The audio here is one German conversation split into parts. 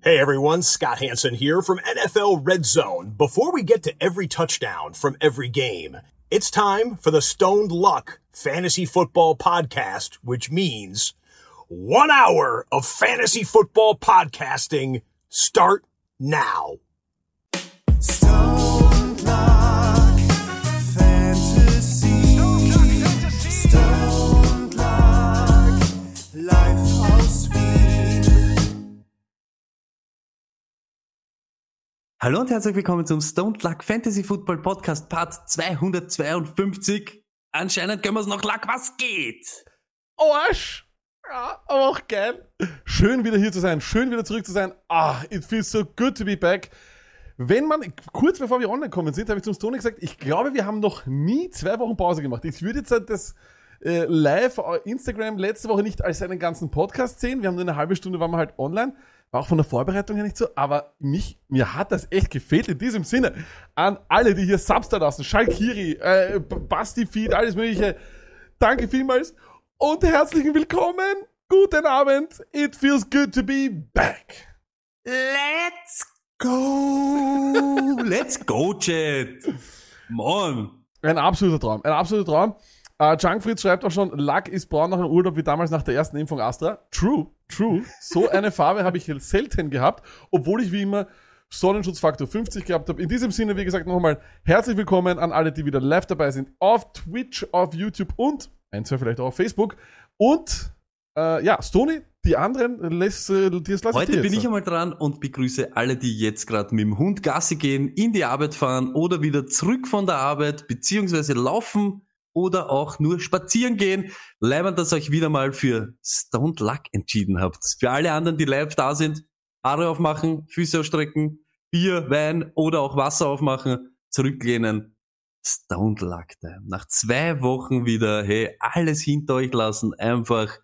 Hey everyone, Scott Hansen here from NFL Red Zone. Before we get to every touchdown from every game, it's time for the Stoned Luck Fantasy Football Podcast, which means 1 hour of fantasy football podcasting start now. Stoned Luck Fantasy, Stoned Luck Lifehouse Feed. Hallo und herzlich willkommen zum Stoned Luck Fantasy Football Podcast Part 252. Anscheinend können wir es noch Luck, was geht? Arsch! Ja, aber auch geil. Schön wieder hier zu sein, schön wieder zurück zu sein. It feels so good to be back. Kurz bevor wir online gekommen sind, habe ich zum Stoney gesagt, ich glaube, wir haben noch nie 2 Wochen Pause gemacht. Ich würde jetzt das live Instagram letzte Woche nicht als einen ganzen Podcast sehen. Wir haben nur eine halbe Stunde, waren wir halt online. War auch von der Vorbereitung her nicht so, aber mir hat das echt gefehlt. In diesem Sinne, an alle, die hier Subs da lassen, Schalkiri, Basti Feed, alles mögliche. Danke vielmals und herzlichen Willkommen. Guten Abend. It feels good to be back. Let's go! Let's go, Chat! Mann! Ein absoluter Traum. Junkfritz schreibt auch schon, Luck ist braun nach einem Urlaub wie damals nach der ersten Impfung Astra. True. So eine Farbe habe ich selten gehabt, obwohl ich wie immer Sonnenschutzfaktor 50 gehabt habe. In diesem Sinne, wie gesagt, nochmal herzlich willkommen an alle, die wieder live dabei sind. Auf Twitch, auf YouTube und ein, zwei vielleicht auch auf Facebook. Und, Stoney, die anderen, das lasse ich Heute dir bin jetzt. ich einmal dran und begrüße alle, die jetzt gerade mit dem Hund Gassi gehen, in die Arbeit fahren oder wieder zurück von der Arbeit, beziehungsweise laufen oder auch nur spazieren gehen. Leibend, dass ihr euch wieder mal für Stoned Luck entschieden habt. Für alle anderen, die live da sind, Haare aufmachen, Füße ausstrecken, Bier, Wein oder auch Wasser aufmachen, zurücklehnen. Stoned Luck Time. Nach 2 Wochen wieder, hey, alles hinter euch lassen, einfach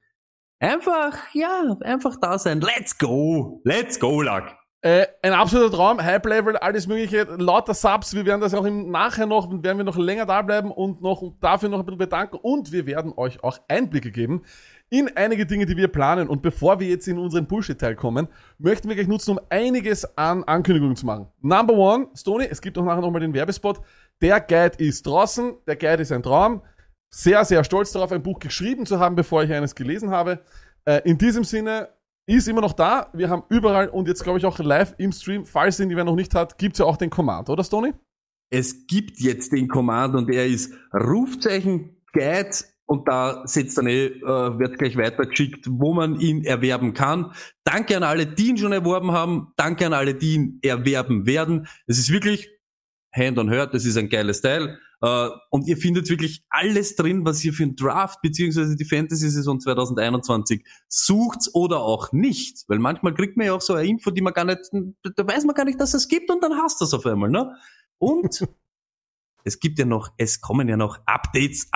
da sein. Let's go, Luck. Ein absoluter Traum, Hype Level, alles mögliche, lauter Subs, wir werden das auch im Nachher werden wir noch länger da bleiben und dafür noch ein bisschen bedanken und wir werden euch auch Einblicke geben in einige Dinge, die wir planen. Und bevor wir jetzt in unseren Bullshit-Teil kommen, möchten wir gleich nutzen, um einiges an Ankündigungen zu machen. Number one, Stoney, es gibt auch nachher nochmal den Werbespot. Der Guide ist draußen, der Guide ist ein Traum. Sehr, sehr stolz darauf, ein Buch geschrieben zu haben, bevor ich eines gelesen habe. In diesem Sinne, ist immer noch da. Wir haben überall und jetzt glaube ich auch live im Stream, falls ihn wer noch nicht hat, gibt's ja auch den Command, oder Stoney? Es gibt jetzt den Command und er ist Rufzeichen Guide und da setzt dann wird gleich weitergeschickt, wo man ihn erwerben kann. Danke an alle, die ihn schon erworben haben. Danke an alle, die ihn erwerben werden. Es ist wirklich Hand on Heart, das ist ein geiles Teil. Und ihr findet wirklich alles drin, was ihr für einen Draft beziehungsweise die Fantasy-Saison 2021 sucht oder auch nicht. Weil manchmal kriegt man ja auch so eine Info, die man gar nicht, da weiß man gar nicht, dass es gibt und dann hast du es auf einmal, ne? Und es kommen ja noch Updates.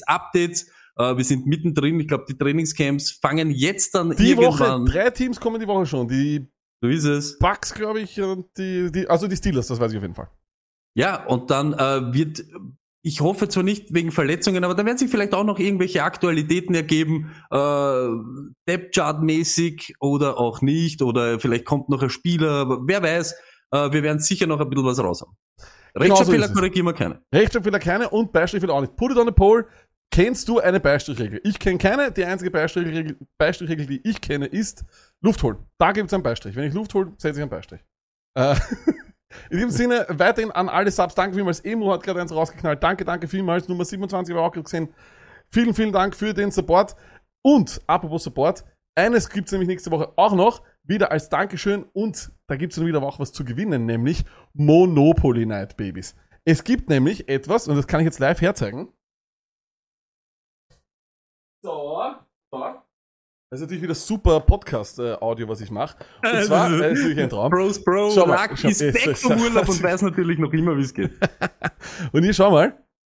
Wir sind mittendrin, ich glaube, die Trainingscamps fangen jetzt dann Die irgendwann. Woche, 3 Teams kommen die Woche schon. Die So ist es. Bucks, glaube ich, und die Steelers, das weiß ich auf jeden Fall. Ja, und dann ich hoffe zwar nicht wegen Verletzungen, aber da werden sich vielleicht auch noch irgendwelche Aktualitäten ergeben, Depth-Chart-mäßig oder auch nicht, oder vielleicht kommt noch ein Spieler, aber wer weiß, wir werden sicher noch ein bisschen was raus haben. Rechtschreibfehler korrigieren wir keine. Rechtschreibfehler keine und Beistrichfehler auch nicht. Put it on the poll. Kennst du eine Beistrichregel? Ich kenne keine. Die einzige Beistrichregel, die ich kenne, ist Luft holen. Da gibt es einen Beistrich. Wenn ich Luft hole, setze ich einen Beistrich. In diesem Sinne, weiterhin an alle Subs. Danke vielmals. Emu hat gerade eins rausgeknallt. Danke vielmals. Nummer 27 habe ich auch gerade gesehen. Vielen Dank für den Support. Und, apropos Support, eines gibt's nämlich nächste Woche auch noch, wieder als Dankeschön. Und da gibt's dann wieder auch was zu gewinnen, nämlich Monopoly Night, Babys. Es gibt nämlich etwas, und das kann ich jetzt live herzeigen. So. Das ist natürlich wieder super Podcast-Audio, was ich mache. Und zwar, das ist natürlich ein Traum. Bro, Schau mal, Luck ist weg vom Urlaub und weiß natürlich noch immer, wie es geht. Und hier, schau mal.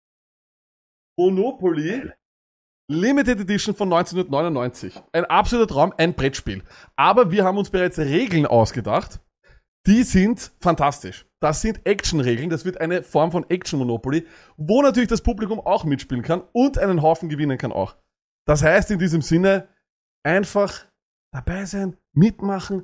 Monopoly Limited Edition von 1999. Ein absoluter Traum, ein Brettspiel. Aber wir haben uns bereits Regeln ausgedacht. Die sind fantastisch. Das sind Action-Regeln. Das wird eine Form von Action-Monopoly, wo natürlich das Publikum auch mitspielen kann und einen Haufen gewinnen kann auch. Das heißt in diesem Sinne, einfach dabei sein, mitmachen,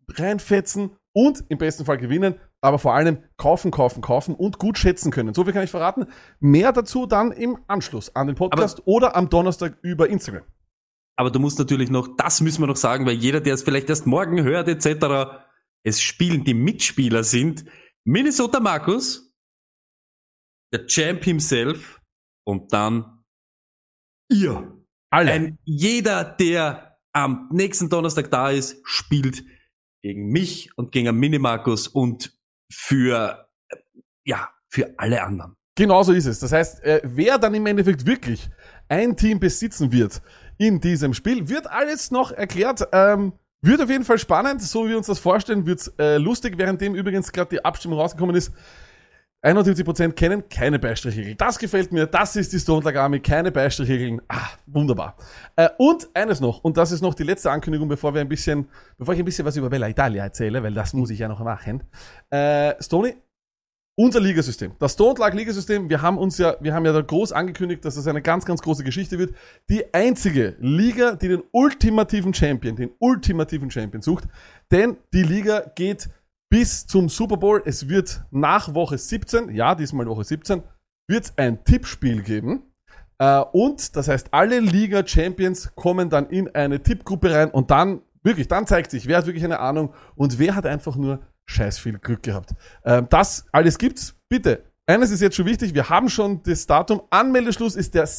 reinfetzen und im besten Fall gewinnen, aber vor allem kaufen und gut schätzen können. So viel kann ich verraten. Mehr dazu dann im Anschluss an den Podcast oder am Donnerstag über Instagram. Aber du musst natürlich noch, das müssen wir noch sagen, weil jeder, der es vielleicht erst morgen hört etc., es spielen, die Mitspieler sind Minnesota Markus, der Champ himself und dann ihr. Alle. Jeder, der am nächsten Donnerstag da ist, spielt gegen mich und gegen Mini Markus und für alle anderen. Genau so ist es. Das heißt, wer dann im Endeffekt wirklich ein Team besitzen wird in diesem Spiel, wird alles noch erklärt. Wird auf jeden Fall spannend, so wie wir uns das vorstellen, wird's lustig, währenddem übrigens gerade die Abstimmung rausgekommen ist. 71% kennen keine Beistrichregeln. Das gefällt mir, das ist die Stone Lag Army, keine Beistrichregeln. Wunderbar. Und eines noch, und das ist noch die letzte Ankündigung, bevor ich ein bisschen was über Bella Italia erzähle, weil das muss ich ja noch machen. Stoney, unser Ligasystem, das Stone Lag Ligasystem, wir haben ja da groß angekündigt, dass das eine ganz, ganz große Geschichte wird. Die einzige Liga, die den ultimativen Champion sucht, denn die Liga geht bis zum Super Bowl. Es wird nach Woche 17, ja, diesmal Woche 17, wird es ein Tippspiel geben. Und das heißt, alle Liga-Champions kommen dann in eine Tippgruppe rein und dann zeigt sich, wer hat wirklich eine Ahnung und wer hat einfach nur scheiß viel Glück gehabt. Das alles gibt's. Bitte, eines ist jetzt schon wichtig, wir haben schon das Datum. Anmeldeschluss ist der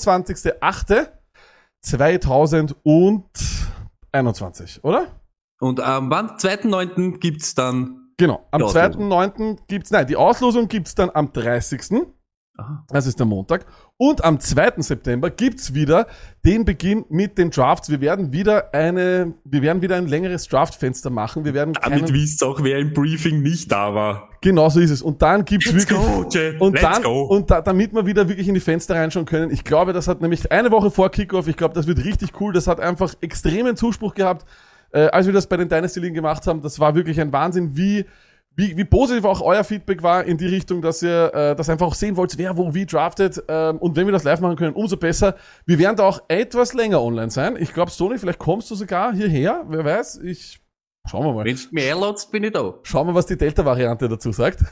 26.08.2021, oder? Und am 2.9. gibt's dann... Genau, am 2.9. die Auslosung gibt's dann am 30. Aha. Das ist der Montag. Und am 2. September gibt's wieder den Beginn mit den Drafts. Wir werden wieder ein längeres Draftfenster machen. Damit wisst ihr auch, wer im Briefing nicht da war. Genau so ist es. Und dann gibt's Let's go, Jet. Let's go. Damit wir wieder wirklich in die Fenster reinschauen können. Ich glaube, das hat nämlich eine Woche vor Kickoff. Ich glaube, das wird richtig cool. Das hat einfach extremen Zuspruch gehabt. Als wir das bei den Dynasty-Ligen gemacht haben, das war wirklich ein Wahnsinn, wie positiv auch euer Feedback war in die Richtung, dass ihr das einfach auch sehen wollt, wer wo wie draftet. Und wenn wir das live machen können, umso besser. Wir werden da auch etwas länger online sein. Ich glaube, Stoney, vielleicht kommst du sogar hierher. Wer weiß, schauen wir mal. Wenn du mir einladest, bin ich da. Schauen wir, was die Delta-Variante dazu sagt.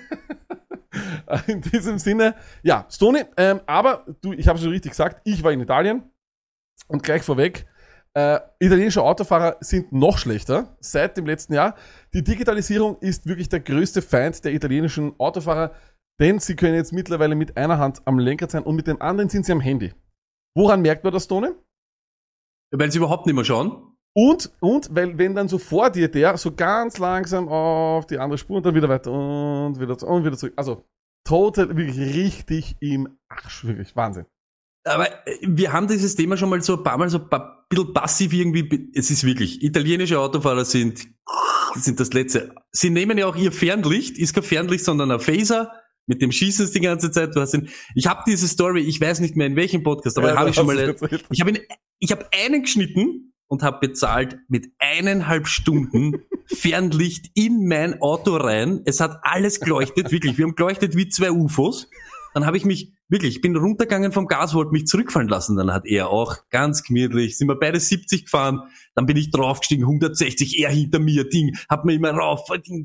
In diesem Sinne, ja, Stoney, aber ich habe es schon richtig gesagt, ich war in Italien und gleich vorweg, italienische Autofahrer sind noch schlechter seit dem letzten Jahr. Die Digitalisierung ist wirklich der größte Feind der italienischen Autofahrer, denn sie können jetzt mittlerweile mit einer Hand am Lenkrad sein und mit dem anderen sind sie am Handy. Woran merkt man das, Tone? Weil sie überhaupt nicht mehr schauen. Und weil wenn dann so vor dir der so ganz langsam auf die andere Spur und dann wieder weiter und wieder zurück. Also total, wirklich richtig im Arsch, wirklich Wahnsinn. Aber wir haben dieses Thema schon mal so ein paar Mal so ein bisschen passiv irgendwie, es ist wirklich, italienische Autofahrer sind das Letzte. Sie nehmen ja auch ihr Fernlicht, ist kein Fernlicht, sondern ein Phaser, mit dem schießen sie die ganze Zeit. Ich habe diese Story, ich weiß nicht mehr in welchem Podcast, aber habe ich schon mal, ich habe einen geschnitten und habe bezahlt mit 1,5 Stunden Fernlicht in mein Auto rein. Es hat alles geleuchtet, wirklich, wir haben geleuchtet wie 2 UFOs. Dann habe ich mich, wirklich, ich bin runtergegangen vom Gas, wollte mich zurückfallen lassen. Dann hat er auch ganz gemütlich, sind wir beide 70 gefahren, dann bin ich draufgestiegen, 160, er hinter mir, hab mir immer rauf,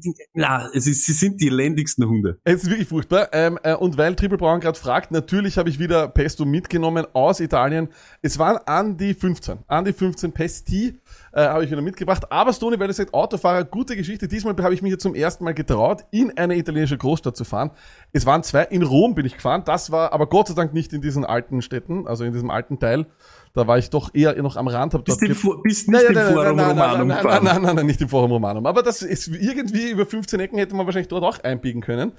sie sind die elendigsten Hunde. Es ist wirklich furchtbar. Und weil Triple Brown gerade fragt, natürlich habe ich wieder Pesto mitgenommen aus Italien. Es waren an die 15 Pesti habe ich wieder mitgebracht. Aber Stoney, weil du sagst, Autofahrer, gute Geschichte. Diesmal habe ich mich jetzt zum ersten Mal getraut, in eine italienische Großstadt zu fahren. Es waren 2, in Rom bin ich gefahren. Das war aber Gott sei Dank nicht in diesen alten Städten, also in diesem alten Teil. Da war ich doch eher noch am Rand. Bist nicht im Forum Romanum gefahren? Nein, nicht im Forum Romanum. Aber das ist irgendwie über 15 Ecken hätte man wahrscheinlich dort auch einbiegen können.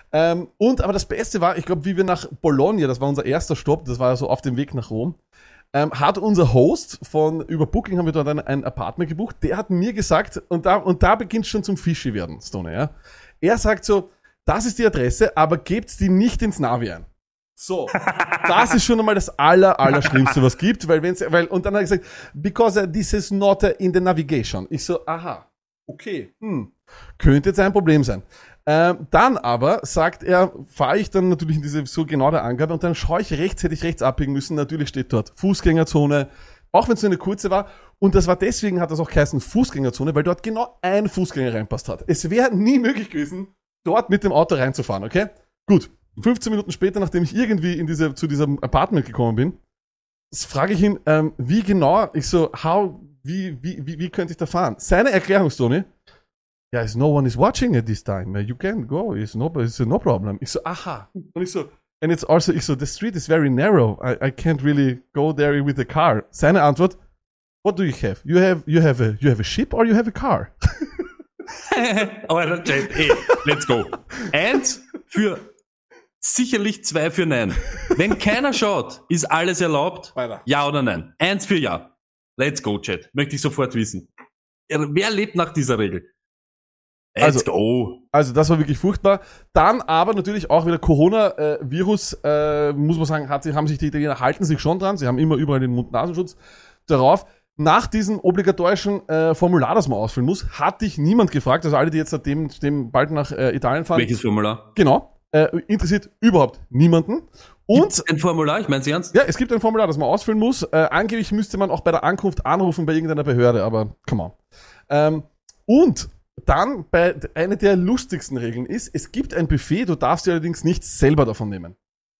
Aber das Beste war, ich glaube, wie wir nach Bologna, das war unser erster Stopp, das war so auf dem Weg nach Rom, hat unser Host über Booking haben wir dort ein Apartment gebucht, der hat mir gesagt, und da beginnt schon zum Fishy werden, Stoney, ja. Er sagt so, das ist die Adresse, aber gebt's die nicht ins Navi ein. So, das ist schon einmal das Allerschlimmste, was gibt, und dann hat er gesagt, because this is not in the navigation. Ich so, aha, okay, könnte jetzt ein Problem sein. Dann aber, sagt er, fahre ich dann natürlich in diese so genau der Angabe und dann schaue ich rechts, hätte ich rechts abbiegen müssen, natürlich steht dort Fußgängerzone, Auch wenn es nur eine kurze war. Und das war deswegen, hat das auch geheißen Fußgängerzone, weil dort genau ein Fußgänger reinpasst hat. Es wäre nie möglich gewesen, dort mit dem Auto reinzufahren, okay? Gut. 15 Minuten später, nachdem ich irgendwie zu diesem Apartment gekommen bin, frage ich ihn, wie genau, ich so, wie könnte ich da fahren? Seine Erklärung, Tony, ja, no one is watching at this time. You can go, it's no problem. Ich so, aha. Und ich so, and it's also, the street is very narrow. I can't really go there with a car. Seine Antwort, what do you have? You have a ship or you have a car? Alter, Chat, let's go. 1 für sicherlich 2 für Nein. Wenn keiner schaut, ist alles erlaubt? Weiter. Ja oder nein? 1 für Ja. Let's go, Chat. Möchte ich sofort wissen. Wer lebt nach dieser Regel? Let's go. Also das war wirklich furchtbar. Dann aber natürlich auch wieder Corona-Virus, muss man sagen, haben sich die Italiener, halten sich schon dran. Sie haben immer überall den Mund-Nasenschutz darauf. Nach diesem obligatorischen Formular, das man ausfüllen muss, hat dich niemand gefragt. Also alle, die jetzt seitdem bald nach Italien fahren. Welches Formular? Genau. Interessiert überhaupt niemanden. Und gibt's ein Formular? Ich mein's ernst? ja, es gibt ein Formular, das man ausfüllen muss. Angeblich müsste man auch bei der Ankunft anrufen bei irgendeiner Behörde, aber come on. Und dann eine der lustigsten Regeln ist, es gibt ein Buffet, du darfst dir allerdings nicht selber davon nehmen.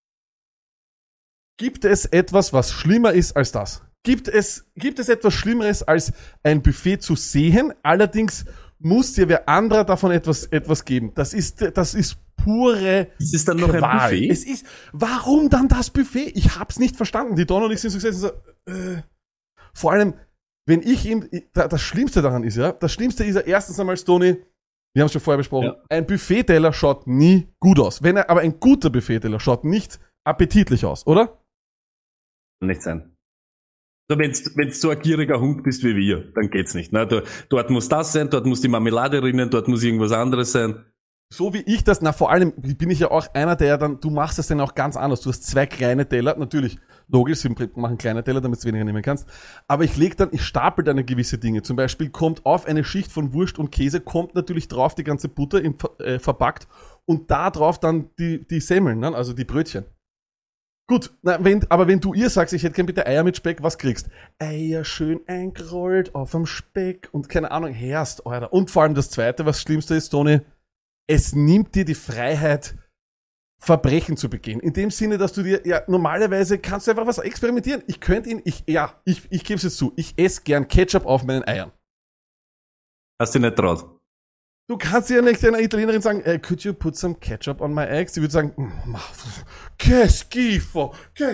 Gibt es etwas, was schlimmer ist als das? Gibt es etwas Schlimmeres, als ein Buffet zu sehen? Allerdings muss dir wer anderer davon etwas geben. Das ist pure Ist es dann noch Qual. ein Buffet? Es ist, warum dann das Buffet? Ich hab's nicht verstanden. Die Don und ich sind so gesessen und so, vor allem, wenn ich ihm, das Schlimmste daran ist ja, erstens einmal, Stoney, wir haben es schon vorher besprochen, ein Buffet-Teller schaut nie gut aus. Aber ein guter Buffet-Teller schaut nicht appetitlich aus, oder? Nicht sein. Also wenn's so ein gieriger Hund bist wie wir, dann geht's nicht. Ne? Dort muss das sein, dort muss die Marmelade rinnen, dort muss irgendwas anderes sein. So wie ich das, vor allem bin ich ja auch einer, der dann, du machst es dann auch ganz anders. Du hast 2 kleine Teller, natürlich, logisch, wir machen kleine Teller, damit du weniger nehmen kannst. Aber ich stapel dann gewisse Dinge. Zum Beispiel kommt auf eine Schicht von Wurst und Käse, kommt natürlich drauf die ganze Butter verpackt und da drauf dann die Semmeln, ne? Also die Brötchen. Gut, aber wenn du ihr sagst, ich hätte gern bitte Eier mit Speck, was kriegst? Eier schön eingerollt auf dem Speck und keine Ahnung, herrst, Alter. Und vor allem das Zweite, was Schlimmste ist, Toni, es nimmt dir die Freiheit, Verbrechen zu begehen. In dem Sinne, dass du dir, ja, normalerweise kannst du einfach was experimentieren. Ich gebe es jetzt zu, ich esse gern Ketchup auf meinen Eiern. Hast du nicht traut? Du kannst ja nicht einer Italienerin sagen, could you put some ketchup on my eggs? Sie würde sagen, che schifo.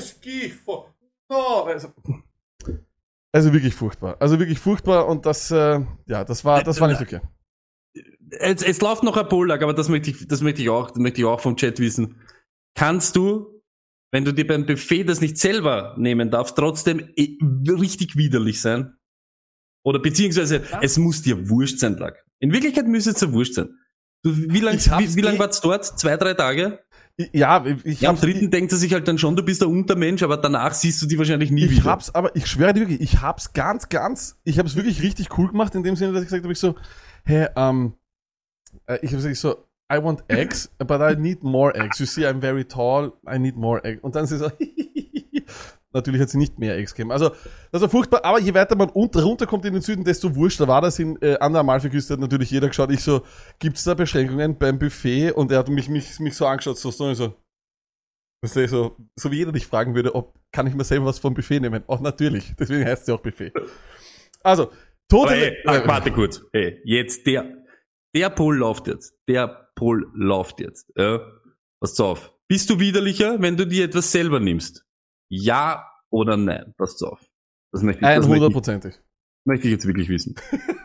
No. Also wirklich furchtbar. Und das war nicht okay. Es läuft noch ein Pollag, aber das möchte ich auch vom Chat wissen. Kannst du, wenn du dir beim Buffet das nicht selber nehmen darfst, trotzdem richtig widerlich sein? Oder beziehungsweise, es muss dir wurscht sein, Lack. In Wirklichkeit müsste es dir wurscht sein. Wie lang war's dort? 2-3 Tage? Ja, am dritten denkt er sich halt dann schon, du bist der Untermensch, aber danach siehst du die wahrscheinlich nie wieder. Aber ich schwöre dir wirklich, ich hab's wirklich richtig cool gemacht, in dem Sinne, dass ich gesagt habe, hey, ich habe gesagt so, I want eggs, but I need more eggs. You see, I'm very tall, I need more eggs. Und dann ist sie so, natürlich hat sie nicht mehr Eggs gegeben. Also, das war furchtbar, aber je weiter man runterkommt in den Süden, desto wurscht. Da war das an der Amalfiküste, hat natürlich jeder geschaut. Ich so, gibt's da Beschränkungen beim Buffet? Und er hat mich so angeschaut, so wie jeder dich fragen würde, kann ich mir selber was vom Buffet nehmen? Auch natürlich, deswegen heißt es ja auch Buffet. Also, warte kurz. Hey, jetzt der Pol läuft jetzt. Pass auf. Bist du widerlicher, wenn du dir etwas selber nimmst? Ja oder nein? Pass auf. Das möchte ich 100%. Möchte ich jetzt wirklich wissen.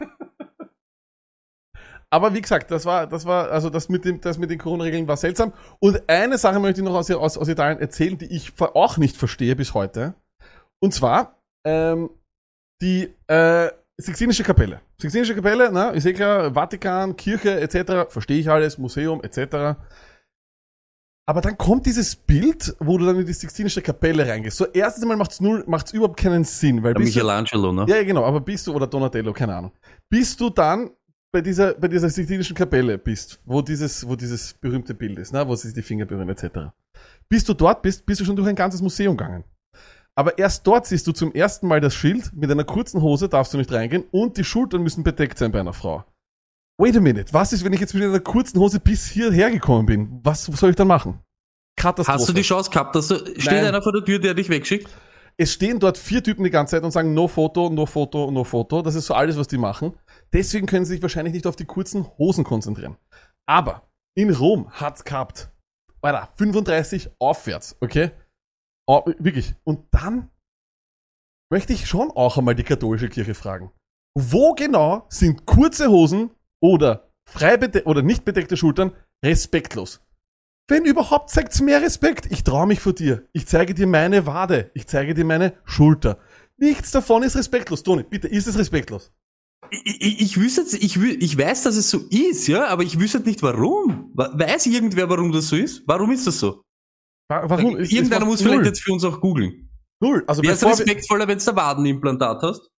Aber wie gesagt, das mit den Corona-Regeln war seltsam. Und eine Sache möchte ich noch aus Italien erzählen, die ich auch nicht verstehe bis heute. Und zwar, die Sixtinische Kapelle. Sixtinische Kapelle, na, ist klar, Vatikan, Kirche etc., verstehe ich alles, Museum etc. Aber dann kommt dieses Bild, wo du dann in die Sixtinische Kapelle reingehst. So, erstens einmal macht's überhaupt keinen Sinn, weil Michelangelo, ne? Ja, genau, aber oder Donatello, keine Ahnung. Bis du dann bei dieser Sixtinischen Kapelle bist, wo dieses berühmte Bild ist, ne, wo sie die Finger berühren etc. Bis du dort bist du schon durch ein ganzes Museum gegangen. Aber erst dort siehst du zum ersten Mal das Schild, mit einer kurzen Hose darfst du nicht reingehen und die Schultern müssen bedeckt sein bei einer Frau. Wait a minute, was ist, wenn ich jetzt mit einer kurzen Hose bis hierher gekommen bin? Was soll ich dann machen? Katastrophe. Hast du die Chance gehabt, dass steht einer vor der Tür, der dich wegschickt? Es stehen dort 4 Typen die ganze Zeit und sagen, no Foto, no Foto, no Foto. Das ist so alles, was die machen. Deswegen können sie sich wahrscheinlich nicht auf die kurzen Hosen konzentrieren. Aber in Rom hat's gehabt, Alter, 35 aufwärts, okay? Wirklich. Und dann möchte ich schon auch einmal die katholische Kirche fragen. Wo genau sind kurze Hosen oder oder nicht bedeckte Schultern respektlos? Wenn überhaupt, zeigt's mehr Respekt. Ich traue mich vor dir. Ich zeige dir meine Wade. Ich zeige dir meine Schulter. Nichts davon ist respektlos. Toni, bitte, ist es respektlos? Ich weiß, dass es so ist, ja, aber ich wüsste nicht warum. Weiß irgendwer, warum das so ist? Warum ist das so? Warum? Irgendeiner muss vielleicht jetzt für uns auch googeln. Null. Also wäre es respektvoller, wenn du ein Wadenimplantat hast?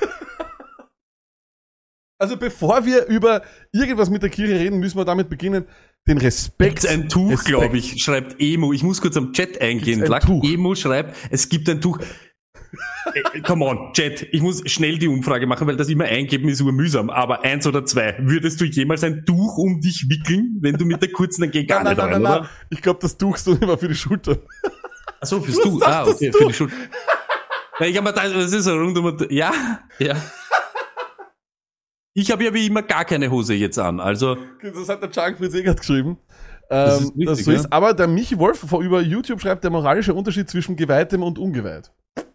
Also bevor wir über irgendwas mit der Kirche reden, müssen wir damit beginnen, den Respekt. Gibt's ein Tuch, glaube ich, schreibt Emo. Ich muss kurz am Chat eingehen. Emo schreibt, es gibt ein Tuch. Come on, Chat, ich muss schnell die Umfrage machen, weil das immer eingeben ist urmühsam. Aber 1 oder 2, würdest du jemals ein Tuch um dich wickeln, wenn du mit der kurzen, dann geh gar nicht rein, oder? Ich glaube, das Tuch ist immer für die Schulter. Ach so, fürs Tuch. Ah, okay, für die Schulter. Ja, ich habe mir gedacht, das ist so rund ja. Ich habe ja wie immer gar keine Hose jetzt an, also. Das hat der Chang Fritz Egert geschrieben. Das ist wichtig, das so ist. Aber der Michi Wolf über YouTube schreibt, der moralische Unterschied zwischen Geweihtem und Ungeweiht.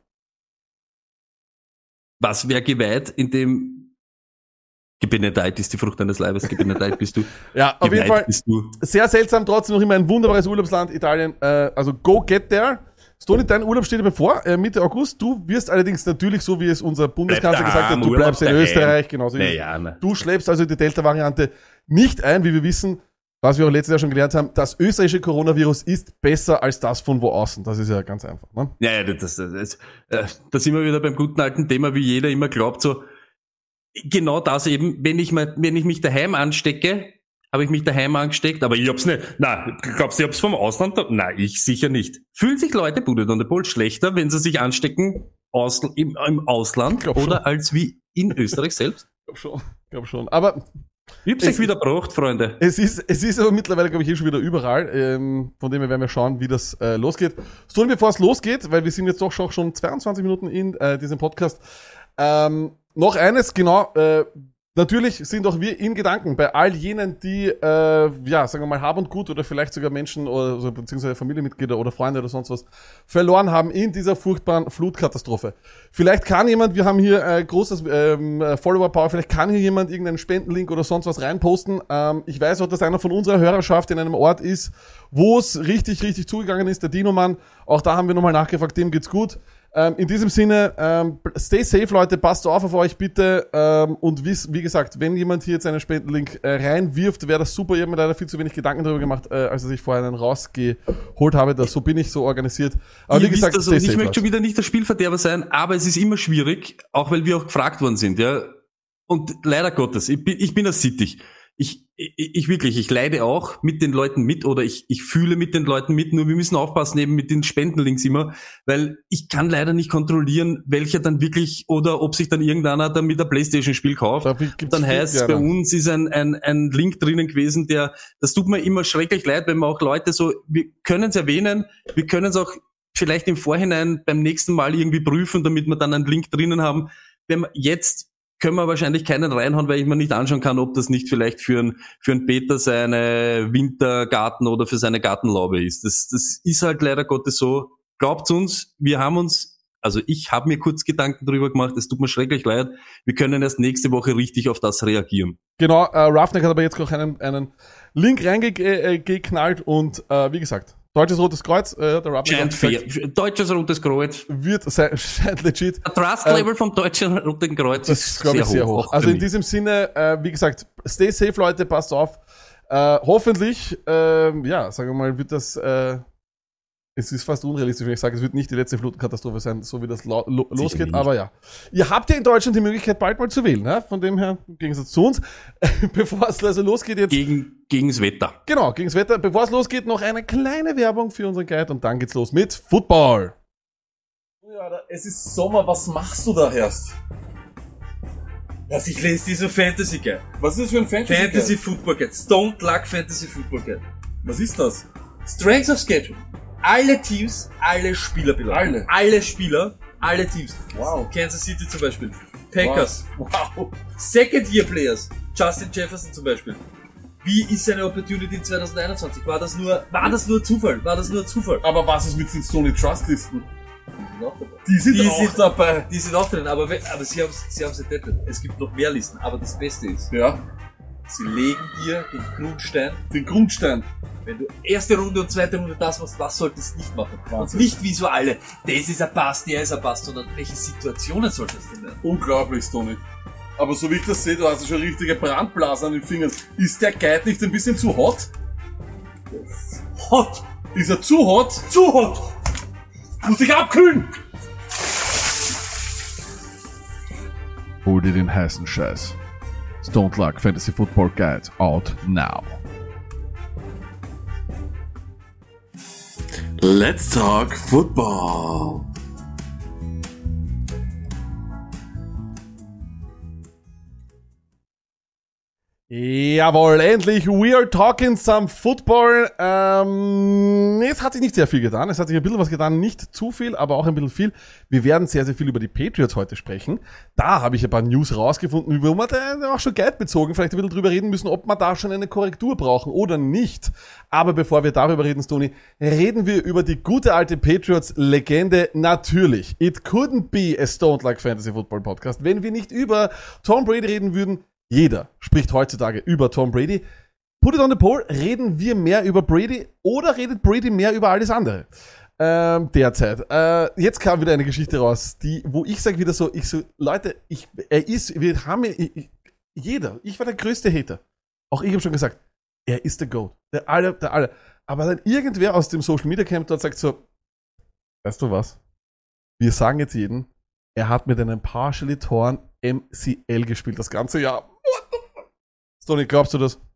Was wäre geweiht, in dem gebenedeit ist die Frucht deines Leibes, gebenedeit bist du. Ja, auf jeden Fall sehr seltsam, trotzdem noch immer ein wunderbares Urlaubsland, Italien. Also go get there. Stoni, dein Urlaub steht dir bevor, Mitte August. Du wirst allerdings natürlich, so wie es unser Bundeskanzler gesagt hat, du bleibst in Österreich. Genauso Du schleppst also die Delta-Variante nicht ein, wie wir wissen, was wir auch letztes Jahr schon gelernt haben. Das österreichische Coronavirus ist besser als das von wo außen. Das ist ja ganz einfach. Ne? Ja, da sind wir wieder beim guten alten Thema, wie jeder immer glaubt, so genau das eben, wenn ich mich daheim anstecke, habe ich mich daheim angesteckt, aber ich hab's nicht. Na, glaubst du, ich hab's vom Ausland? Na, ich sicher nicht. Fühlen sich Leute, Budget on the Pole, schlechter, wenn sie sich anstecken im Ausland oder als wie in Österreich selbst? Glaub schon. Aber ich hab's euch wieder gebracht, Freunde. Es ist aber mittlerweile, glaube ich, schon wieder überall. Von dem her werden wir schauen, wie das losgeht. So, bevor es losgeht, weil wir sind jetzt doch schon 22 Minuten in diesem Podcast. Noch eines, genau, natürlich sind auch wir in Gedanken bei all jenen, die, sagen wir mal, Hab und Gut oder vielleicht sogar Menschen oder beziehungsweise Familienmitglieder oder Freunde oder sonst was verloren haben in dieser furchtbaren Flutkatastrophe. Vielleicht kann jemand, wir haben hier großes Follower-Power, vielleicht kann hier jemand irgendeinen Spendenlink oder sonst was reinposten. Ich weiß auch, dass einer von unserer Hörerschaft in einem Ort ist, wo es richtig, richtig zugegangen ist, der Dino-Mann. Auch da haben wir nochmal nachgefragt, dem geht's gut. In diesem Sinne, stay safe, Leute, passt auf euch bitte, und wie gesagt, wenn jemand hier jetzt einen Spendenlink reinwirft, wäre das super. Ich habe mir leider viel zu wenig Gedanken darüber gemacht, als ich vorher einen rausgeholt habe. So bin ich so organisiert. Aber wie gesagt, stay safe, ich möchte schon wieder nicht der Spielverderber sein, aber es ist immer schwierig, auch weil wir auch gefragt worden sind, ja. Und leider Gottes, ich bin das sittig. Ich leide auch mit den Leuten mit oder ich fühle mit den Leuten mit, nur wir müssen aufpassen eben mit den Spendenlinks immer, weil ich kann leider nicht kontrollieren, welcher dann wirklich oder ob sich dann irgendeiner dann mit der Playstation-Spiel kauft. Dann heißt es, bei uns ist ein Link drinnen gewesen, das tut mir immer schrecklich leid, wenn man auch Leute so, wir können es erwähnen, wir können es auch vielleicht im Vorhinein beim nächsten Mal irgendwie prüfen, damit wir dann einen Link drinnen haben. Wenn man jetzt können wir wahrscheinlich keinen reinhauen, weil ich mir nicht anschauen kann, ob das nicht vielleicht für einen Peter seine Wintergarten oder für seine Gartenlaube ist. Das ist halt leider Gottes so. Glaubt's uns, ich habe mir kurz Gedanken drüber gemacht, es tut mir schrecklich leid. Wir können erst nächste Woche richtig auf das reagieren. Genau, Roughneck hat aber jetzt auch einen Link reingeknallt und wie gesagt, Deutsches Rotes Kreuz, der Roughneck Deutsches Rotes Kreuz scheint legit. Der Trust-Level vom Deutschen Roten Kreuz ist, glaube ich, sehr hoch. Also in diesem Sinne, wie gesagt, stay safe, Leute, passt auf. Hoffentlich, sagen wir mal, wird das, es ist fast unrealistisch, wenn ich sage, es wird nicht die letzte Flutkatastrophe sein, so wie das losgeht, aber ja. Ihr habt ja in Deutschland die Möglichkeit, bald mal zu wählen, ne? Von dem her, im Gegensatz zu uns. Bevor es also losgeht jetzt. Gegens Wetter. Genau, gegens Wetter. Bevor es losgeht, noch eine kleine Werbung für unseren Guide und dann geht's los mit Football. Ja, es ist Sommer, was machst du da erst? Was ich lese, diese Fantasy Guide. Was ist das für ein Fantasy Football Guide. Stone Luck Fantasy Football Guide. Was ist das? Strengths of Schedule. Alle Teams, alle Spieler belangen. Alle Spieler, alle Teams. Wow. Kansas City zum Beispiel. Packers. Wow. Second Year Players. Justin Jefferson zum Beispiel. Wie ist seine Opportunity in 2021? War das nur Zufall? Aber was ist mit den Stoney Trust Listen? Die sind auch dabei. Die sind auch drin, aber sie haben es entdeckt. Es gibt noch mehr Listen, aber das Beste ist, Ja, sie legen dir den Grundstein. wenn du erste Runde und zweite Runde das machst, was solltest du nicht machen? Wahnsinn. Und nicht wie so alle, das ist ein Pass, der ist ein Pass, sondern welche Situationen solltest du lernen? Unglaublich, Stoney. Aber so wie ich das sehe, du hast ja schon richtige Brandblasen an den Fingern. Ist der Guide nicht ein bisschen zu hot? Hot! Ist er zu hot? Zu hot! Muss dich abkühlen! Hol dir den heißen Scheiß. Stone Luck Fantasy Football Guide out now. Let's talk football. Jawohl, endlich, we are talking some football. Es hat sich nicht sehr viel getan, es hat sich ein bisschen was getan, nicht zu viel, aber auch ein bisschen viel. Wir werden sehr, sehr viel über die Patriots heute sprechen. Da habe ich ein paar News rausgefunden, über wir da auch schon Guide bezogen, vielleicht ein bisschen drüber reden müssen, ob wir da schon eine Korrektur brauchen oder nicht. Aber bevor wir darüber reden, Stoney, reden wir über die gute alte Patriots-Legende. Natürlich, it couldn't be a Stone Luck Fantasy Football Podcast, wenn wir nicht über Tom Brady reden würden. Jeder spricht heutzutage über Tom Brady. Put it on the poll, reden wir mehr über Brady oder redet Brady mehr über alles andere? Derzeit. Jetzt kam wieder eine Geschichte raus, wo ich sage wieder so, Leute, ich war der größte Hater. Auch ich habe schon gesagt, er ist der GOAT. Der aller. Aber dann irgendwer aus dem Social Media Camp dort sagt so, weißt du was? Wir sagen jetzt jedem, er hat mit einem partially torn MCL gespielt das ganze Jahr. Stoney, glaubst du das?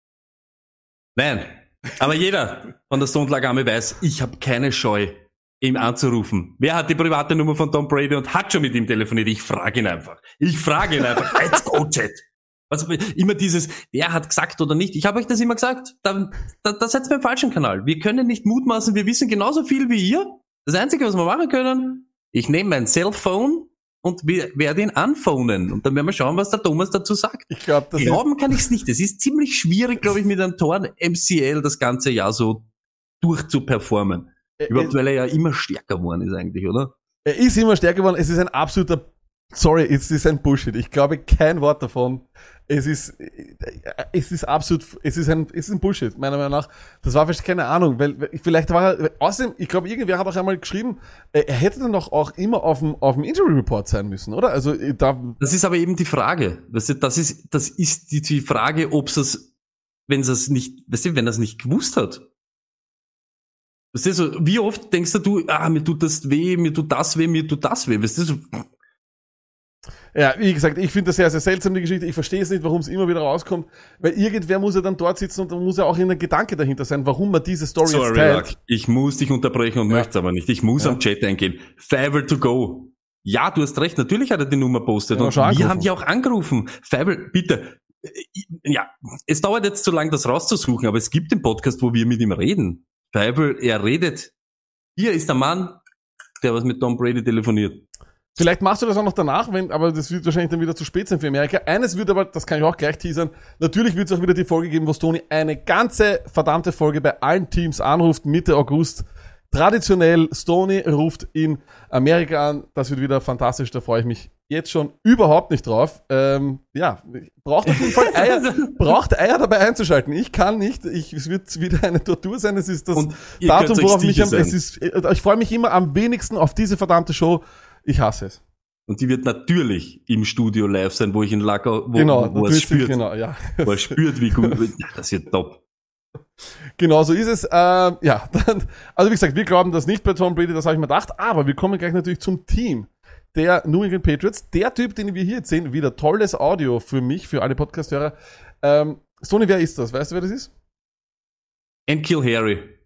Nein. Aber jeder von der Stone Luck Army weiß, ich habe keine Scheu, ihm anzurufen. Wer hat die private Nummer von Tom Brady und hat schon mit ihm telefoniert? Ich frage ihn einfach. Let's go, Chat. Also immer dieses, wer hat gesagt oder nicht. Ich habe euch das immer gesagt. Da seid ihr beim falschen Kanal. Wir können nicht mutmaßen, wir wissen genauso viel wie ihr. Das Einzige, was wir machen können, ich nehme mein Cellphone und werde ihn anphonen. Und dann werden wir schauen, was der Thomas dazu sagt. Ich glaube, Glauben kann ich es nicht. Es ist ziemlich schwierig, glaube ich, mit einem Torn MCL das ganze Jahr so durchzuperformen. Überhaupt, weil er ja immer stärker geworden ist eigentlich, oder? Er ist immer stärker geworden. Es ist ein absoluter, es ist ein Bullshit. Ich glaube kein Wort davon. Es ist absolut, es ist ein Bullshit, meiner Meinung nach. Das war vielleicht keine Ahnung, weil vielleicht war er, außerdem, ich glaube, irgendwer hat auch einmal geschrieben, er hätte dann doch auch immer auf dem Injury Report sein müssen, oder? Also, das ist aber eben die Frage. Das ist die Frage, ob es, wenn er es nicht gewusst hat. Weißt du, so, wie oft denkst du, mir tut das weh, mir tut das weh. Weißt du, so, ja, wie gesagt, ich finde das sehr, sehr seltsam, die Geschichte. Ich verstehe es nicht, warum es immer wieder rauskommt, weil irgendwer muss ja dann dort sitzen und da muss ja auch ein Gedanke dahinter sein, warum man diese Story jetzt teilt. Luck. Ich muss dich unterbrechen und möchte es aber nicht. Ich muss am Chat eingehen. Fable to go. Ja, du hast recht, natürlich hat er die Nummer postet und wir haben die auch angerufen. Fable, bitte. Ja, es dauert jetzt zu lang, das rauszusuchen, aber es gibt den Podcast, wo wir mit ihm reden. Fable, er redet. Hier ist der Mann, der was mit Tom Brady telefoniert. Vielleicht machst du das auch noch danach, aber das wird wahrscheinlich dann wieder zu spät sein für Amerika. Eines wird aber, das kann ich auch gleich teasern, natürlich wird es auch wieder die Folge geben, wo Stoney eine ganze verdammte Folge bei allen Teams anruft, Mitte August. Traditionell, Stoney ruft in Amerika an. Das wird wieder fantastisch, da freue ich mich jetzt schon überhaupt nicht drauf. Braucht auf jeden Fall Eier dabei einzuschalten. Ich kann nicht, es wird wieder eine Tortur sein. Es ist das Datum, worauf mich ich freue mich immer am wenigsten auf diese verdammte Show. Ich hasse es. Und die wird natürlich im Studio live sein, wo ich in Lacker, wo er spürt. Genau, ja. Wo er spürt, wie gut, das wird top. Genau, so ist es. Also wie gesagt, wir glauben das nicht bei Tom Brady, das habe ich mir gedacht, aber wir kommen gleich natürlich zum Team der New England Patriots. Der Typ, den wir hier jetzt sehen, wieder tolles Audio für mich, für alle Podcast-Hörer. Stoney, wer ist das? Weißt du, wer das ist? N'Keal Harry.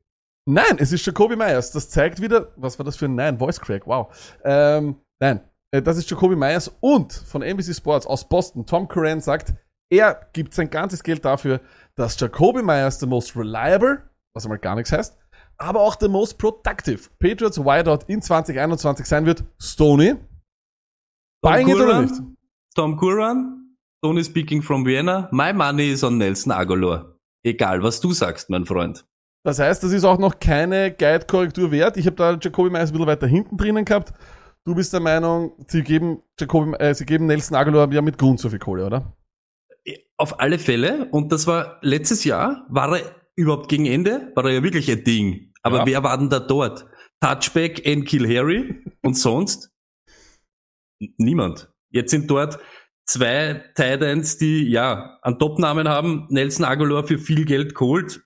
Nein, es ist Jacoby Myers. Das zeigt wieder, was war das für ein Nein? Voice Crack, wow. Nein, das ist Jacoby Myers und von NBC Sports aus Boston. Tom Curran sagt, er gibt sein ganzes Geld dafür, dass Jacoby Myers the most reliable, was einmal gar nichts heißt, aber auch the most productive Patriots Wideout in 2021 sein wird. Stoney, buying it oder nicht? Tom Curran, Tony speaking from Vienna, my money is on Nelson Agholor. Egal, was du sagst, mein Freund. Das heißt, das ist auch noch keine Guide-Korrektur wert. Ich habe da Jacoby Myers ein bisschen weiter hinten drinnen gehabt. Du bist der Meinung, sie geben Nelson Agholor ja mit Grund so viel Kohle, oder? Auf alle Fälle. Und das war letztes Jahr, war er überhaupt gegen Ende, war er ja wirklich ein Ding. Aber Ja. wer war denn da dort? Touchback, Kill Harry und sonst? Niemand. Jetzt sind dort 2 Tight Ends, die ja einen Top-Namen haben. Nelson Agholor für viel Geld geholt.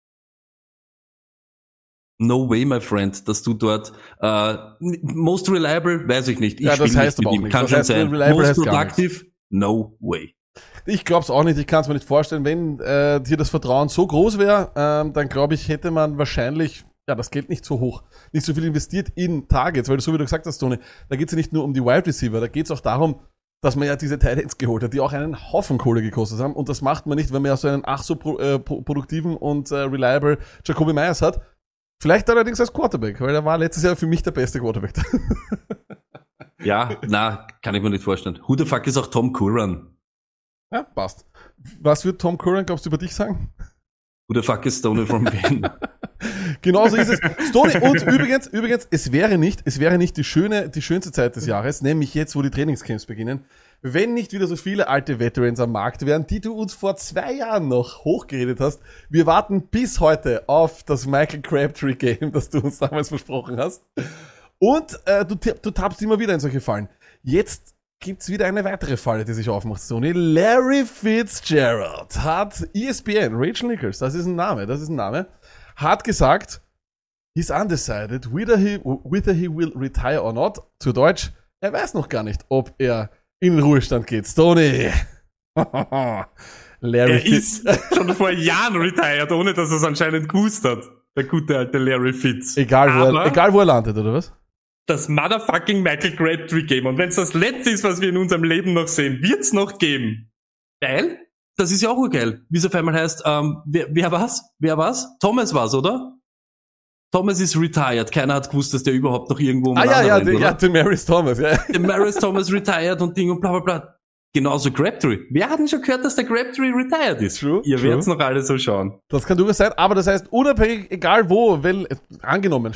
No way, my friend, dass du dort most reliable, weiß ich nicht. Ich Ja, das spiele heißt nicht aber mit auch ihm. nichts. Kann Das schon heißt, sein. reliable Most heißt gar productive, no way. Ich glaub's auch nicht, ich kann es mir nicht vorstellen. Wenn hier das Vertrauen so groß wäre, dann glaube ich, hätte man wahrscheinlich das Geld nicht so hoch, nicht so viel investiert in Targets, weil du so wie du gesagt hast, Tony, da geht's ja nicht nur um die Wide Receiver, da geht's auch darum, dass man ja diese Tight Ends geholt hat, die auch einen Haufen Kohle gekostet haben und das macht man nicht, wenn man ja so einen produktiven und reliable Jacoby Myers hat. Vielleicht allerdings als Quarterback, weil er war letztes Jahr für mich der beste Quarterback. Ja, kann ich mir nicht vorstellen. Who the fuck ist auch Tom Curran? Ja, passt. Was wird Tom Curran, glaubst du, über dich sagen? Who the fuck is Stoney from Vienna? Genauso ist es. Stoney, und übrigens, es wäre nicht die schönste Zeit des Jahres, nämlich jetzt, wo die Trainingscamps beginnen, wenn nicht wieder so viele alte Veterans am Markt wären, die du uns vor 2 Jahren noch hochgeredet hast. Wir warten bis heute auf das Michael Crabtree Game, das du uns damals versprochen hast. Und du tappst immer wieder in solche Fallen. Jetzt gibt's wieder eine weitere Falle, die sich aufmacht, Sony. Larry Fitzgerald hat ESPN, Rachel Nichols, das ist ein Name, hat gesagt, he's undecided whether he will retire or not. Zu Deutsch, er weiß noch gar nicht, ob er in den Ruhestand geht. Stoney. Larry Er ist schon vor Jahren retired, ohne dass er es anscheinend gewusst hat. Der gute alte Larry Fitz. Egal wo er landet, oder was? Das motherfucking Michael Crabtree Game. Und wenn es das letzte ist, was wir in unserem Leben noch sehen, wird's noch geben. Geil? Das ist ja auch geil. Wie es auf einmal heißt, wer war's? Thomas war's, oder? Thomas ist retired. Keiner hat gewusst, dass der überhaupt noch irgendwo Demaryius Thomas, ja. Demaryius Thomas retired und Ding und bla bla bla. Genauso Crabtree. Wer hat denn schon gehört, dass der Crabtree retired ist? True, Ihr true. werdet's noch alle so schauen. Das kann durchaus sein, aber das heißt, unabhängig, egal wo, angenommen,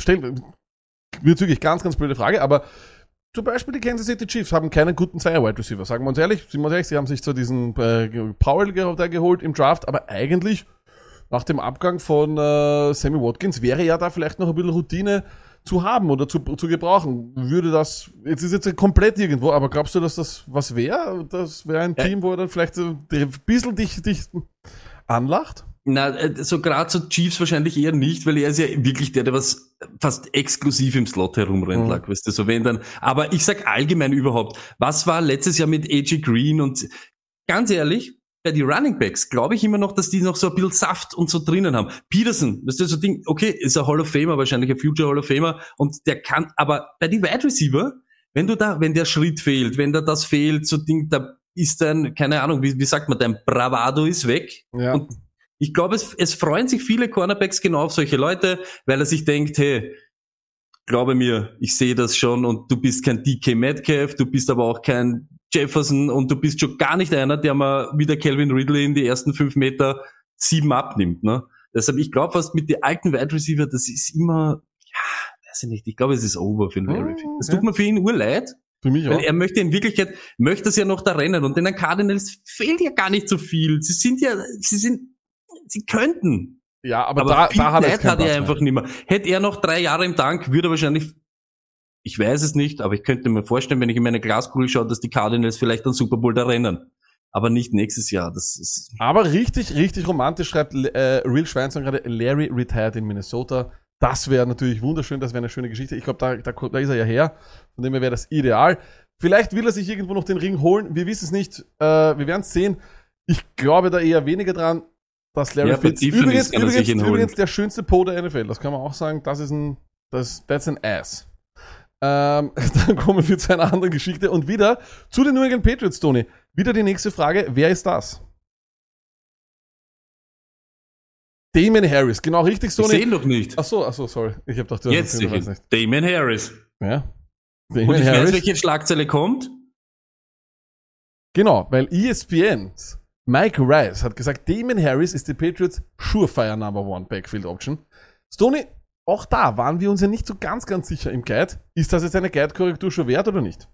wird wirklich ganz, ganz blöde Frage, aber zum Beispiel die Kansas City Chiefs haben keinen guten Zweier-Wide Receiver, sind wir uns ehrlich, sie haben sich zwar diesen Powell geholt im Draft, aber eigentlich nach dem Abgang von Sammy Watkins wäre ja da vielleicht noch ein bisschen Routine zu haben oder zu gebrauchen. Würde das, jetzt ist jetzt komplett irgendwo, aber glaubst du, dass das was wäre? Das wäre ein Team, wo er dann vielleicht ein bisschen dich anlacht? Na, so gerade so Chiefs wahrscheinlich eher nicht, weil er ist ja wirklich der was fast exklusiv im Slot herumrennt, lag, weißt du, so wenn dann. Aber ich sag allgemein überhaupt, was war letztes Jahr mit AJ Green und ganz ehrlich, bei die Running Backs glaube ich immer noch, dass die noch so ein bisschen Saft und so drinnen haben. Peterson, weißt du, so Ding, okay, ist ein Hall of Famer, wahrscheinlich ein Future Hall of Famer und der kann, aber bei die Wide Receiver, wenn der Schritt fehlt, wenn da das fehlt, so Ding, da ist dann, keine Ahnung, wie sagt man, dein Bravado ist weg. Ja. Und ich glaube, es freuen sich viele Cornerbacks genau auf solche Leute, weil er sich denkt, hey, glaube mir, ich sehe das schon und du bist kein DK Metcalf, du bist aber auch kein Jefferson und du bist schon gar nicht einer, der mal wie der Calvin Ridley in die ersten 5 Meter 7 abnimmt, ne? Deshalb, ich glaube fast mit den alten Wide Receiver, das ist immer, ja, weiß ich nicht, ich glaube, es ist over für den Larry. Das tut mir für ihn urleid. Für mich auch. Weil er möchte in Wirklichkeit, möchte es ja noch da rennen und den Cardinals fehlt ja gar nicht so viel. Sie könnten. Ja, aber da hat er hat er einfach nicht mehr. Hätte er noch 3 Jahre im Tank, würde er wahrscheinlich, ich weiß es nicht, aber ich könnte mir vorstellen, wenn ich in meine Glaskugel schaue, dass die Cardinals vielleicht einen Super Bowl da rennen. Aber nicht nächstes Jahr. Das ist aber richtig, richtig romantisch schreibt Real Schweinsson gerade, Larry retired in Minnesota. Das wäre natürlich wunderschön, das wäre eine schöne Geschichte. Ich glaube, da ist er ja her. Von dem her wäre das ideal. Vielleicht will er sich irgendwo noch den Ring holen. Wir wissen es nicht. Wir werden es sehen. Ich glaube da eher weniger dran. dass Larry Ja, bei Fitz, Defense kann er sich ihn holen. übrigens der schönste Po der NFL, das kann man auch sagen, that's an ass. Dann kommen wir zu einer anderen Geschichte und wieder zu den New England Patriots, Tony. Wieder die nächste Frage, wer ist das? Damon Harris, genau richtig, Ich Tony. sehe ihn noch nicht. Ach so, sorry. Ich habe gedacht, du Jetzt hast sehe es ich ihn. Damon Harris. Ja. Und Damon ich weiß, Harris. welche Schlagzeile kommt. Genau, weil ESPN's Mike Rice hat gesagt, Damon Harris ist die Patriots Surefire Number One Backfield Option. Stoney, auch da waren wir uns ja nicht so ganz sicher im Guide. Ist das jetzt eine Guide-Korrektur schon wert oder nicht?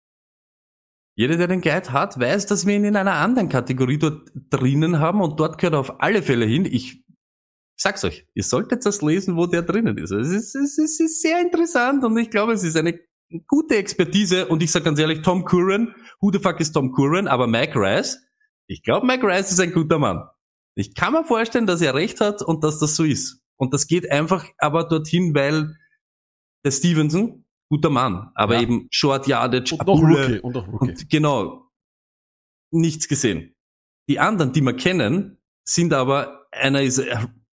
Jeder, der den Guide hat, weiß, dass wir ihn in einer anderen Kategorie dort drinnen haben und dort gehört er auf alle Fälle hin. Ich sag's euch, ihr solltet das lesen, wo der drinnen ist. Es ist sehr interessant und ich glaube, es ist eine gute Expertise und ich sag ganz ehrlich, Tom Curran, who the fuck ist Tom Curran, aber Mike Rice, ich glaube, Mike Rice ist ein guter Mann. Ich kann mir vorstellen, dass er recht hat und dass das so ist. Und das geht einfach aber dorthin, weil der Stevenson, guter Mann, aber Ja. eben Short Yardage, Und noch Abule, Rookie. Und noch Rookie. und genau, nichts gesehen. Die anderen, die wir kennen, sind aber, einer ist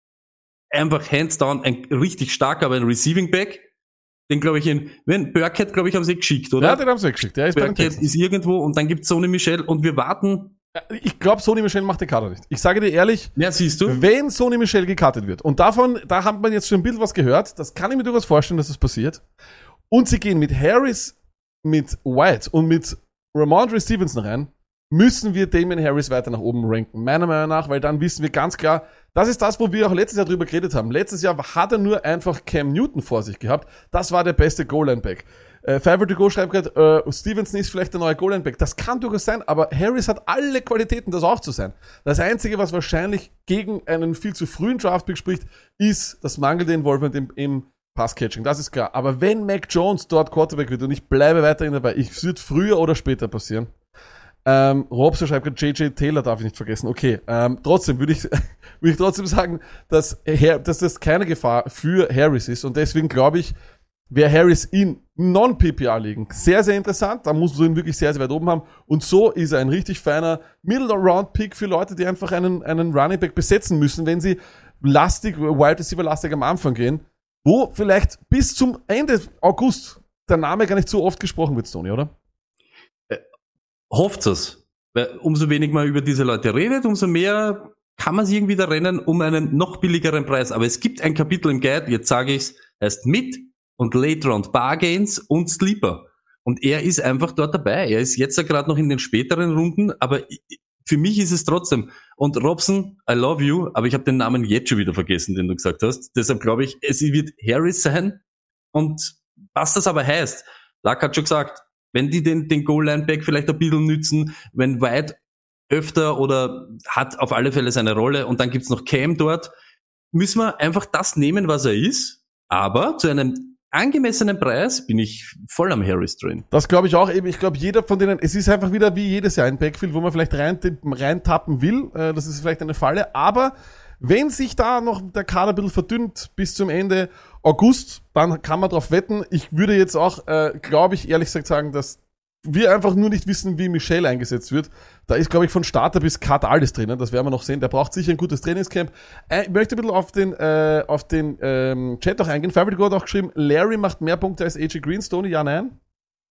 einfach hands down ein richtig starker, aber ein Receiving Back. Den glaube ich Burkhead, glaube ich, haben sie geschickt, oder? Ja, den haben sie geschickt. Der ist bei den Burkhead Texans. ist irgendwo und dann gibt's Sony Michel und wir warten. Ich glaube, Sony Michel macht den Kader nicht. Ich sage dir ehrlich, Ja, siehst du? wenn Sony Michel gecuttet wird, und da hat man jetzt schon ein bisschen was gehört, das kann ich mir durchaus vorstellen, dass das passiert, und sie gehen mit Harris, mit White und mit Ramondre Stevenson rein, müssen wir Damon Harris weiter nach oben ranken. Meiner Meinung nach, weil dann wissen wir ganz klar, das ist das, wo wir auch letztes Jahr drüber geredet haben. Letztes Jahr hat er nur einfach Cam Newton vor sich gehabt. Das war der beste Goal-Line-Back. Fiverr to Go schreibt gerade, Stevenson ist vielleicht der neue Goal-Line-Back. Das kann durchaus sein, aber Harris hat alle Qualitäten, das auch zu sein. Das Einzige, was wahrscheinlich gegen einen viel zu frühen Draftpick spricht, ist das mangelnde Involvement im Pass-Catching. Das ist klar. Aber wenn Mac Jones dort Quarterback wird, und ich bleibe weiterhin dabei, es wird früher oder später passieren. Robson schreibt gerade, J.J. Taylor darf ich nicht vergessen. Okay, trotzdem würde ich trotzdem sagen, dass das keine Gefahr für Harris ist. Und deswegen glaube ich, wäre Harris in Non-PPR-Ligen sehr, sehr interessant. Da musst du ihn wirklich sehr, sehr weit oben haben. Und so ist er ein richtig feiner Middle-Round-Pick für Leute, die einfach einen Running Back besetzen müssen, wenn sie Wide Receiver-lastig am Anfang gehen, wo vielleicht bis zum Ende August der Name gar nicht so oft gesprochen wird, Tony, oder? Hofft es. Weil umso weniger man über diese Leute redet, umso mehr kann man sich irgendwie da rennen um einen noch billigeren Preis. Aber es gibt ein Kapitel im Guide, jetzt sage ich's, heißt Mid- und Late-Round Bargains und Sleeper. Und er ist einfach dort dabei. Er ist jetzt ja gerade noch in den späteren Runden, aber für mich ist es trotzdem. Und Robson, I love you, aber ich habe den Namen jetzt schon wieder vergessen, den du gesagt hast. Deshalb glaube ich, es wird Harris sein. Und was das aber heißt, Luck hat schon gesagt, wenn die den Goal-Line-Back vielleicht ein bisschen nützen, wenn White öfter oder hat auf alle Fälle seine Rolle und dann gibt's noch Cam dort, müssen wir einfach das nehmen, was er ist, aber zu einem angemessenen Preis bin ich voll am Harris drin. Das glaube ich auch eben. Ich glaube, jeder von denen, es ist einfach wieder wie jedes Jahr ein Backfield, wo man vielleicht reintappen will. Das ist vielleicht eine Falle. Aber wenn sich da noch der Kader ein bisschen verdünnt bis zum Ende August, dann kann man drauf wetten. Ich würde jetzt auch, glaube ich, ehrlich gesagt sagen, dass wir einfach nur nicht wissen, wie Michel eingesetzt wird. Da ist, glaube ich, von Starter bis Cut alles drinnen. Das werden wir noch sehen. Der braucht sicher ein gutes Trainingscamp. Ich möchte ein bisschen auf den Chat auch eingehen. Favorite Go hat auch geschrieben, Larry macht mehr Punkte als AJ Green. Stoney, ja, nein?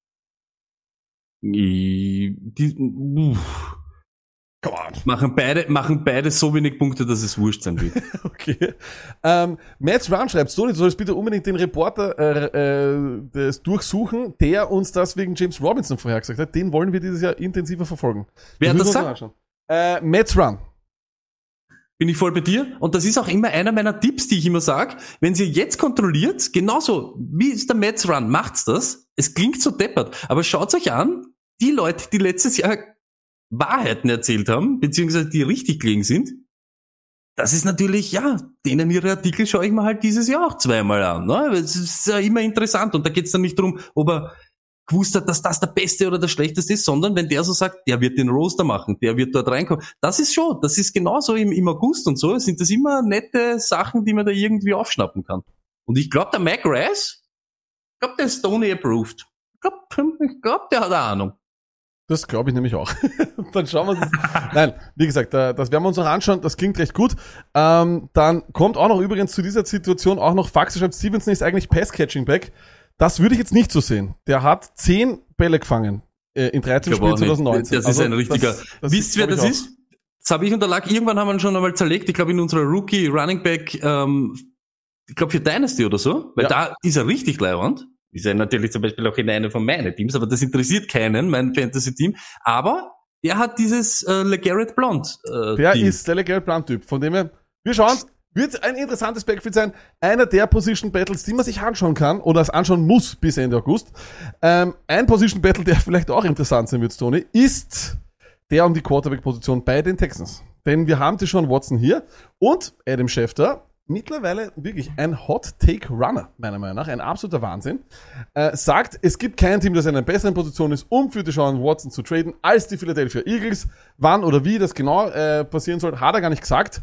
Come on. Machen beide so wenig Punkte, dass es wurscht sein wird. Okay. Matt Run schreibt, Stoney, du sollst bitte unbedingt den Reporter das durchsuchen, der uns das wegen James Robinson vorhergesagt hat. Den wollen wir dieses Jahr intensiver verfolgen. Wer hat das gesagt? Matt Run. Bin ich voll bei dir. Und das ist auch immer einer meiner Tipps, die ich immer sage. Wenn ihr jetzt kontrolliert, genauso wie ist der Mets Run, macht's das. Es klingt so deppert. Aber schaut's euch an, die Leute, die letztes Jahr Wahrheiten erzählt haben, beziehungsweise die richtig gelegen sind, das ist natürlich, ja, denen ihre Artikel schaue ich mir halt dieses Jahr auch zweimal an. Ne? Es ist ja immer interessant und da geht's dann nicht darum, ob er gewusst hat, dass das der Beste oder der Schlechteste ist, sondern wenn der so sagt, der wird den Roster machen, der wird dort reinkommen. Das ist genauso im August und so, sind das immer nette Sachen, die man da irgendwie aufschnappen kann. Und ich glaube, der Mike Rice, der ist Stoney approved. Ich glaube, der hat eine Ahnung. Das glaube ich nämlich auch. Dann schauen wir uns das. Nein, wie gesagt, das werden wir uns noch anschauen. Das klingt recht gut. Dann kommt auch noch übrigens zu dieser Situation auch noch Faxe schreibt, Stevenson ist eigentlich Pass-Catching-Back. Das würde ich jetzt nicht so sehen. Der hat 10 Bälle gefangen in 13 Spielen 2019. Das ist ein richtiger... Wisst ihr, wer das ist? Das habe ich und der Lack. Irgendwann haben wir ihn schon einmal zerlegt. Ich glaube, in unserer Rookie-Running-Back, ich glaube für Dynasty oder so. Weil da ist er richtig leibend. Ist ja natürlich zum Beispiel auch in einem von meinen Teams, aber das interessiert keinen, mein Fantasy-Team. Aber der hat dieses LeGarrette Blount Der Team. ist der LeGarrette Blount-Typ. Von dem her, wir schauen, wird ein interessantes Backfield sein. Einer der Position Battles, die man sich anschauen kann oder es anschauen muss bis Ende August. Ein Position Battle, der vielleicht auch interessant sein wird, Tony, ist der um die Quarterback-Position bei den Texans. Denn wir haben Deshaun Watson hier und Adam Schefter, mittlerweile wirklich ein Hot-Take-Runner, meiner Meinung nach, ein absoluter Wahnsinn, sagt, es gibt kein Team, das in einer besseren Position ist, um für Deshaun Watson zu traden, als die Philadelphia Eagles. Wann oder wie das genau passieren soll, hat er gar nicht gesagt.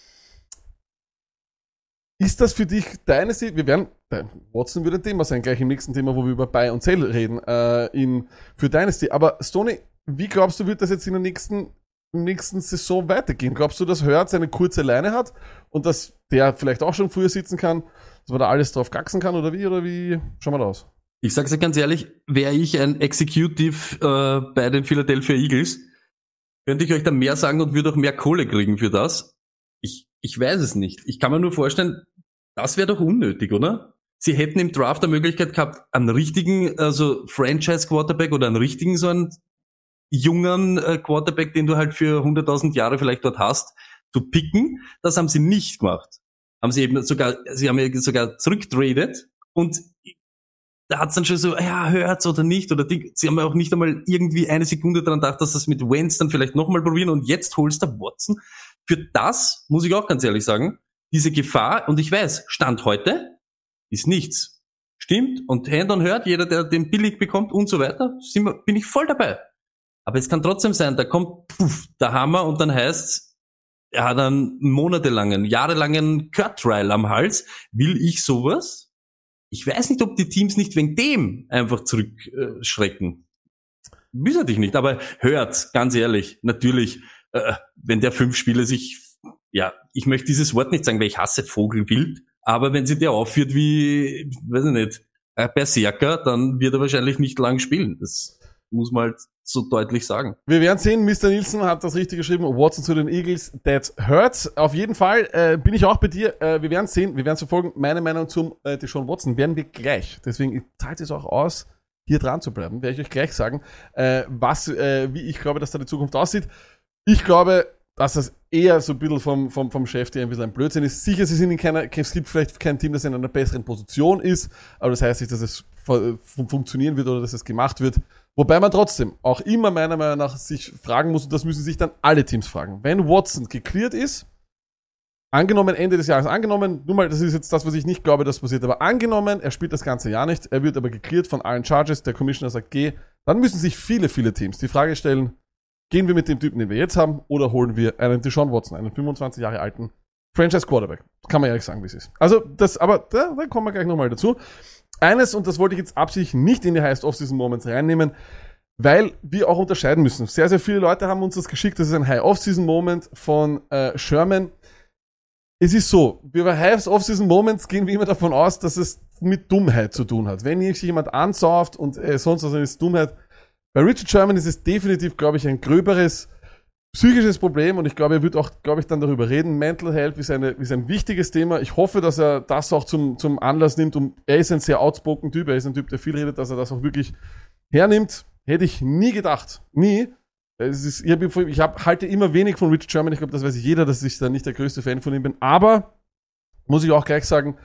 Ist das für dich Dynasty? Watson wird ein Thema sein, gleich im nächsten Thema, wo wir über Buy und Sell reden, für Dynasty. Aber Stoney, wie glaubst du, wird das jetzt in der nächsten Saison weitergehen? Glaubst du, dass Hurts eine kurze Leine hat und dass der vielleicht auch schon früher sitzen kann, dass man da alles drauf gaxen kann oder wie schauen wir da aus? Ich sag's dir ganz ehrlich, wäre ich ein Executive bei den Philadelphia Eagles, könnte ich euch da mehr sagen und würde auch mehr Kohle kriegen für das. Ich weiß es nicht. Ich kann mir nur vorstellen, das wäre doch unnötig, oder? Sie hätten im Draft die Möglichkeit gehabt, einen richtigen, also Franchise-Quarterback oder einen richtigen, so einen jungen Quarterback, den du halt für 100.000 Jahre vielleicht dort hast, zu picken. Das haben sie nicht gemacht. Sie haben ja sogar zurücktradet und da hat's dann schon so, ja, hört's oder nicht, oder sie haben ja auch nicht einmal irgendwie eine Sekunde dran gedacht, dass das mit Wentz dann vielleicht nochmal probieren und jetzt holst du Watson. Für das, muss ich auch ganz ehrlich sagen, diese Gefahr, und ich weiß, Stand heute ist nichts. Stimmt, und Hand on Hurt, jeder, der den billig bekommt und so weiter, bin ich voll dabei. Aber es kann trotzdem sein, da kommt der Hammer und dann heißt's, er hat einen monatelangen, jahrelangen Cut-Trial am Hals. Will ich sowas? Ich weiß nicht, ob die Teams nicht wegen dem einfach zurückschrecken. Wüsste ich nicht, aber hört, ganz ehrlich, natürlich, wenn der 5 Spiele ich möchte dieses Wort nicht sagen, weil ich hasse Vogelwild, aber wenn sie der aufführt wie, weiß ich nicht, Berserker, dann wird er wahrscheinlich nicht lang spielen. Das muss man halt so deutlich sagen. Wir werden sehen, Mr. Nielsen hat das richtig geschrieben, Watson zu den Eagles, that hurts. Auf jeden Fall bin ich auch bei dir, wir werden sehen, wir werden verfolgen. Meine Meinung zum Deshaun Watson werden wir gleich, deswegen zahlt es auch aus, hier dran zu bleiben, werde ich euch gleich sagen, wie ich glaube, dass da die Zukunft aussieht. Ich glaube, dass das eher so ein bisschen vom Chef, der ein bisschen ein Blödsinn ist. Sicher, es gibt vielleicht kein Team, das in einer besseren Position ist, aber das heißt nicht, dass es funktionieren wird oder dass es gemacht wird. Wobei man trotzdem auch immer meiner Meinung nach sich fragen muss, und das müssen sich dann alle Teams fragen. Wenn Watson gecleared ist, angenommen Ende des Jahres, nur mal, das ist jetzt das, was ich nicht glaube, dass passiert, aber angenommen, er spielt das ganze Jahr nicht, er wird aber gecleared von allen Charges, der Commissioner sagt, geh, dann müssen sich viele Teams die Frage stellen, gehen wir mit dem Typen, den wir jetzt haben, oder holen wir einen Deshaun Watson, einen 25 Jahre alten Franchise Quarterback? Kann man ehrlich sagen, wie es ist. Also, da kommen wir gleich nochmal dazu. Eines, und das wollte ich jetzt absichtlich nicht in die Highest Off-Season Moments reinnehmen, weil wir auch unterscheiden müssen. Sehr, sehr viele Leute haben uns das geschickt, das ist ein High Off-Season Moment von Sherman. Es ist so, bei High Off-Season Moments gehen wir immer davon aus, dass es mit Dummheit zu tun hat. Wenn sich jemand ansauft und sonst was, dann ist Dummheit. Bei Richard Sherman ist es definitiv, glaube ich, ein gröberes psychisches Problem und ich glaube, er wird auch, dann darüber reden. Mental Health ist ein wichtiges Thema. Ich hoffe, dass er das auch zum Anlass nimmt. Und er ist ein sehr outspoken Typ. Er ist ein Typ, der viel redet, dass er das auch wirklich hernimmt. Hätte ich nie gedacht. Nie. Ich halte immer wenig von Richard Sherman. Ich glaube, das weiß jeder, dass ich da nicht der größte Fan von ihm bin. Aber, muss ich auch gleich sagen,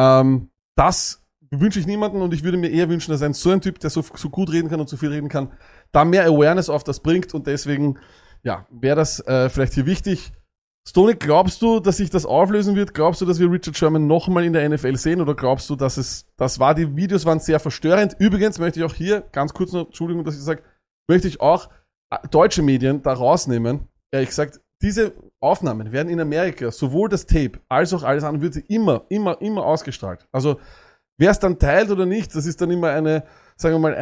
das wünsche ich niemanden und ich würde mir eher wünschen, dass so ein Typ, der so gut reden kann und so viel reden kann, da mehr Awareness auf das bringt und deswegen, wäre das vielleicht hier wichtig. Stoney, glaubst du, dass sich das auflösen wird? Glaubst du, dass wir Richard Sherman nochmal in der NFL sehen oder glaubst du, dass die Videos waren sehr verstörend? Übrigens möchte ich auch hier, ganz kurz noch, Entschuldigung, dass ich sage, möchte ich auch deutsche Medien da rausnehmen. Ehrlich gesagt, diese Aufnahmen werden in Amerika, sowohl das Tape als auch alles andere, wird sie immer ausgestrahlt. Also, Wer es dann teilt oder nicht, das ist dann immer eine, sagen wir mal,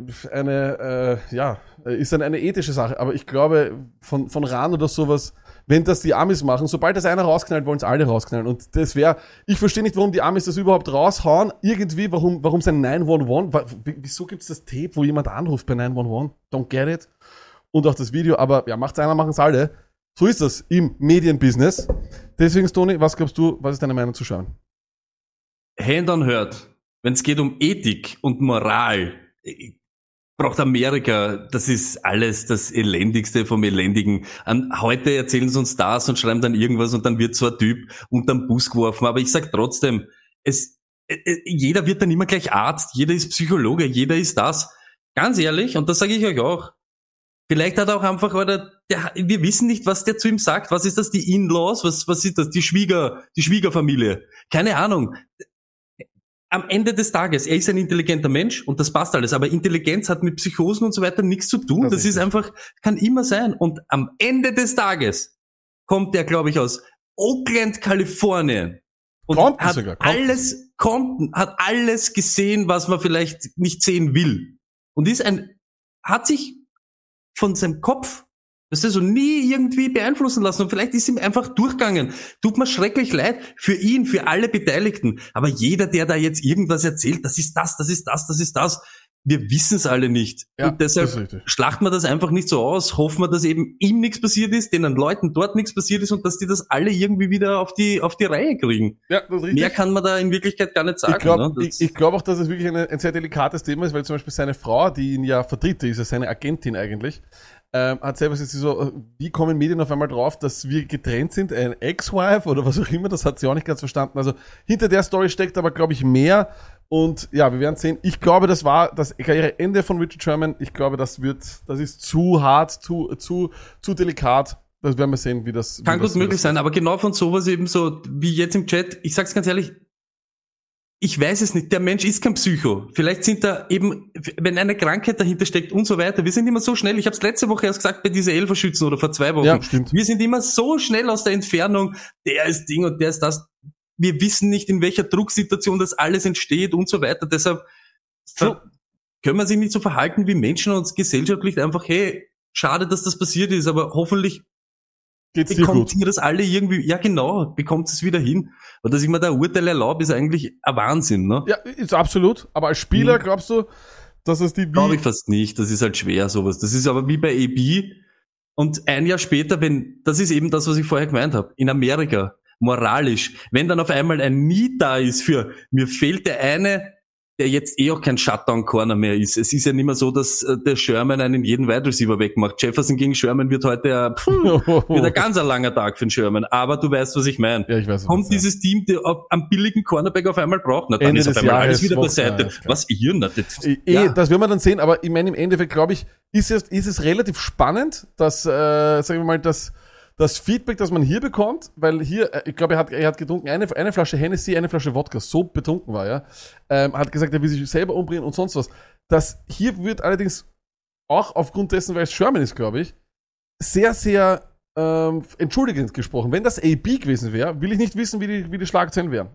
ist dann eine ethische Sache. Aber ich glaube, von RAN oder sowas, wenn das die Amis machen, sobald das einer rausknallt, wollen es alle rausknallen. Und das wäre, ich verstehe nicht, warum die Amis das überhaupt raushauen. Irgendwie, warum sein 911, wieso gibt's das Tape, wo jemand anruft bei 911? Don't get it. Und auch das Video, aber ja, macht's einer, machen's alle. So ist das im Medienbusiness. Deswegen, Toni, was glaubst du, was ist deine Meinung zu schauen? Hand on Heart, wenn es geht um Ethik und Moral, braucht Amerika, das ist alles das Elendigste vom Elendigen. Heute erzählen sie uns das und schreiben dann irgendwas und dann wird so ein Typ unterm Bus geworfen. Aber ich sag trotzdem, jeder wird dann immer gleich Arzt, jeder ist Psychologe, jeder ist das. Ganz ehrlich, und das sage ich euch auch, vielleicht hat er auch einfach, wir wissen nicht, was der zu ihm sagt. Was ist das, die In-Laws? Was ist das, die Schwiegerfamilie? Keine Ahnung. Am Ende des Tages, er ist ein intelligenter Mensch und das passt alles, aber Intelligenz hat mit Psychosen und so weiter nichts zu tun. Das ist einfach, kann immer sein. Und am Ende des Tages kommt er, glaube ich, aus Oakland, Kalifornien und hat alles gesehen, was man vielleicht nicht sehen will. Und hat sich von seinem Kopf, das ist so nie irgendwie beeinflussen lassen und vielleicht ist ihm einfach durchgegangen. Tut mir schrecklich leid für ihn, für alle Beteiligten. Aber jeder, der da jetzt irgendwas erzählt, das ist das. Wir wissen es alle nicht. Ja, und deshalb schlachten wir das einfach nicht so aus, hoffen wir, dass eben ihm nichts passiert ist, den Leuten dort nichts passiert ist und dass die das alle irgendwie wieder auf die Reihe kriegen. Ja, das ist richtig. Mehr kann man da in Wirklichkeit gar nicht sagen. Ich glaube auch, dass es wirklich ein sehr delikates Thema ist, weil zum Beispiel seine Frau, die ihn ja vertritt, die ist ja seine Agentin eigentlich, hat selber jetzt so, wie kommen Medien auf einmal drauf, dass wir getrennt sind, ein Ex-Wife oder was auch immer, das hat sie auch nicht ganz verstanden. Also hinter der Story steckt aber, glaube ich, mehr. Und ja, wir werden sehen. Ich glaube, das war das Karriereende von Richard Sherman. Ich glaube, das ist zu hart, zu delikat. Das werden wir sehen, wie das... Kann gut möglich sein, aber genau von sowas eben so, wie jetzt im Chat, ich sag's ganz ehrlich, ich weiß es nicht, der Mensch ist kein Psycho. Vielleicht sind da eben, wenn eine Krankheit dahinter steckt und so weiter, wir sind immer so schnell, ich habe es letzte Woche erst gesagt bei dieser Elferschützen oder vor 2 Wochen, ja, stimmt. Wir sind immer so schnell aus der Entfernung, der ist Ding und der ist das. Wir wissen nicht, in welcher Drucksituation das alles entsteht und so weiter. Deshalb können wir sich nicht so verhalten wie Menschen und gesellschaftlich einfach, hey, schade, dass das passiert ist, aber hoffentlich bekommt ihr das alle irgendwie, ja genau, bekommt es wieder hin. Und dass ich mir da Urteile erlaube, ist eigentlich ein Wahnsinn, ne? Ja, ist absolut. Aber als Spieler glaubst du, dass es die... Glaube ich fast nicht. Das ist halt schwer, sowas. Das ist aber wie bei AB. Und ein Jahr später, das ist eben das, was ich vorher gemeint habe, in Amerika, moralisch, wenn dann auf einmal ein Need da ist für, mir fehlt der eine, der jetzt auch kein Shutdown-Corner mehr ist. Es ist ja nicht mehr so, dass der Sherman einen jeden Wide Receiver wegmacht. Jefferson gegen Sherman wird heute wieder ganz ein langer Tag für den Sherman. Aber du weißt, was ich meine. Ja, ich weiß, kommt dieses Team, der am billigen Cornerback auf einmal braucht, na, dann ist auf einmal alles wieder beiseite. Was ihr? Das werden wir dann sehen, aber ich meine, im Endeffekt, glaube ich, ist es relativ spannend, dass, sagen wir mal, das Feedback, das man hier bekommt, weil hier, ich glaube, er hat getrunken eine Flasche Hennessy, eine Flasche Wodka, so betrunken war er, hat gesagt, er will sich selber umbringen und sonst was. Das hier wird allerdings auch aufgrund dessen, weil es Sherman ist, glaube ich, sehr, sehr entschuldigend gesprochen. Wenn das AB gewesen wäre, will ich nicht wissen, wie die Schlagzeilen wären.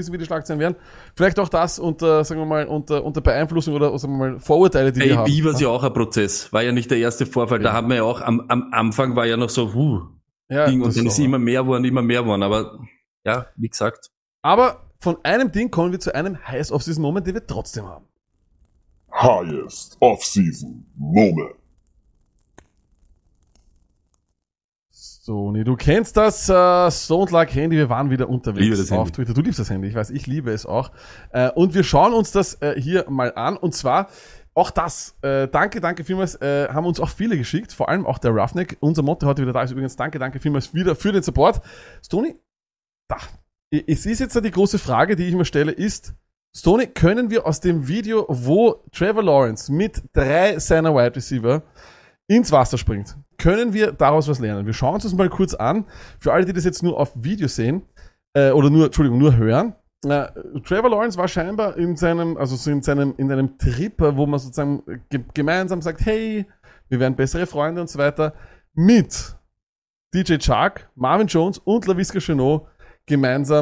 Vielleicht auch das unter, sagen wir mal, unter Beeinflussung oder, sagen wir mal, Vorurteile, die wir haben. AB war ja auch ein Prozess, war ja nicht der erste Vorfall. Ja. Da haben wir ja auch, am Anfang war ja noch so, ja, und dann ist immer mehr geworden, aber ja, wie gesagt. Aber von einem Ding kommen wir zu einem Highest Off-Season Moment, den wir trotzdem haben. Highest Off-Season Moment. Sony, du kennst das Stone Luck Handy, wir waren wieder unterwegs auf Twitter. Du liebst das Handy, ich weiß, ich liebe es auch. Und wir schauen uns das hier mal an, und zwar auch das, danke vielmals, haben uns auch viele geschickt, vor allem auch der Roughneck. Unser Motto heute wieder da ist übrigens, danke vielmals wieder für den Support. Stoney, es ist jetzt die große Frage, die ich mir stelle, ist, Stoney, können wir aus dem Video, wo Trevor Lawrence mit 3 seiner Wide Receiver ins Wasser springt, können wir daraus was lernen? Wir schauen uns das mal kurz an, für alle, die das jetzt nur auf Video sehen, oder nur hören. Trevor Lawrence war scheinbar in einem Trip, wo man sozusagen gemeinsam sagt, hey, wir werden bessere Freunde und so weiter, mit DJ Chark, Marvin Jones und Laviska Shenault gemeinsam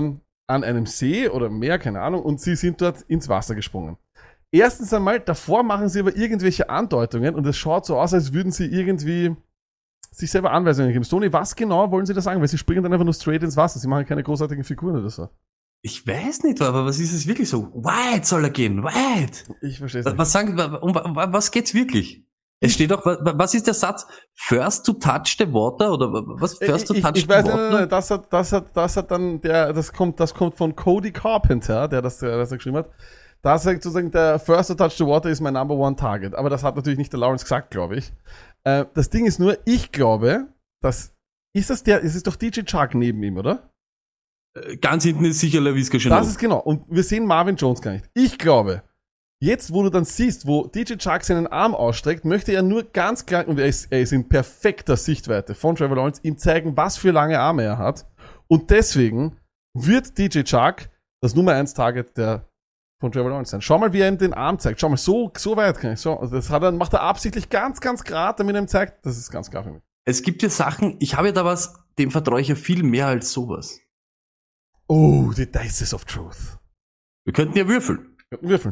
an einem See oder Meer, keine Ahnung, und sie sind dort ins Wasser gesprungen. Erstens einmal, davor machen sie aber irgendwelche Andeutungen und es schaut so aus, als würden sie irgendwie sich selber Anweisungen geben. Stoney, was genau wollen sie da sagen? Weil sie springen dann einfach nur straight ins Wasser. Sie machen keine großartigen Figuren oder so. Ich weiß nicht, aber was ist es wirklich so? Wide soll er gehen, wide. Ich verstehe es nicht. Was geht's wirklich? Es steht doch, was ist der Satz? First to touch the water? Oder was? First to touch ich the weiß water? nicht, das hat dann das kommt von Cody Carpenter, der das geschrieben hat. Da sagt sozusagen, der First to touch the water ist mein Number One Target. Aber das hat natürlich nicht der Lawrence gesagt, glaube ich. Das Ding ist nur, ich glaube, es ist doch DJ Chark neben ihm, oder? Ganz hinten ist sicher LaVisca Das Chenault. ist genau. Und wir sehen Marvin Jones gar nicht. Ich glaube, jetzt, wo du dann siehst, wo DJ Chark seinen Arm ausstreckt, möchte er nur ganz klar, und er ist in perfekter Sichtweite von Trevor Lawrence, ihm zeigen, was für lange Arme er hat. Und deswegen wird DJ Chark das Nummer 1 Target von Trevor Lawrence sein. Schau mal, wie er ihm den Arm zeigt. Schau mal, so weit kann ich. So, also das macht er absichtlich ganz, ganz gerade, damit er ihm zeigt. Das ist ganz klar für mich. Es gibt ja Sachen, ich habe ja da was, dem vertraue ich ja viel mehr als sowas. Oh, die Dices of Truth. Wir könnten ja würfeln. Würfeln.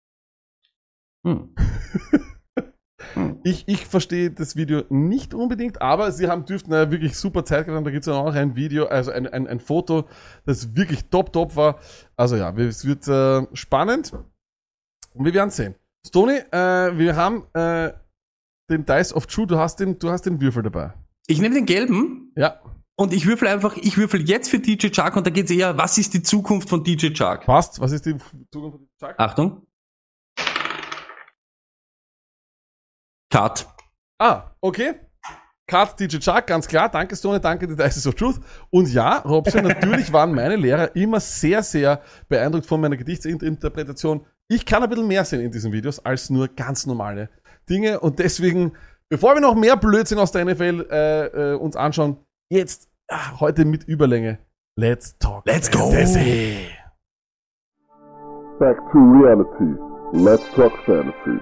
Ich verstehe das Video nicht unbedingt, aber sie dürften ja wirklich super Zeit gehabt haben. Da gibt es ja auch ein Video, also ein Foto, das wirklich top war. Also ja, es wird spannend und wir werden sehen. Stoney, wir haben den Dice of True, du hast den Würfel dabei. Ich nehme den gelben. Ja. Und ich würfel jetzt für DJ Chark und da geht's eher, was ist die Zukunft von DJ Chark? Passt, was ist die Zukunft von Chuck? Achtung. Cut. Okay. Cut DJ Chark, ganz klar. Danke Stoney, danke The Dices of Truth. Und ja, Robson, natürlich waren meine Lehrer immer sehr, sehr beeindruckt von meiner Gedichtsinterpretation. Ich kann ein bisschen mehr sehen in diesen Videos als nur ganz normale Dinge und deswegen, bevor wir noch mehr Blödsinn aus der NFL uns anschauen, jetzt heute mit Überlänge. Let's talk. Let's go. Fantasy. Back to reality. Let's talk fantasy.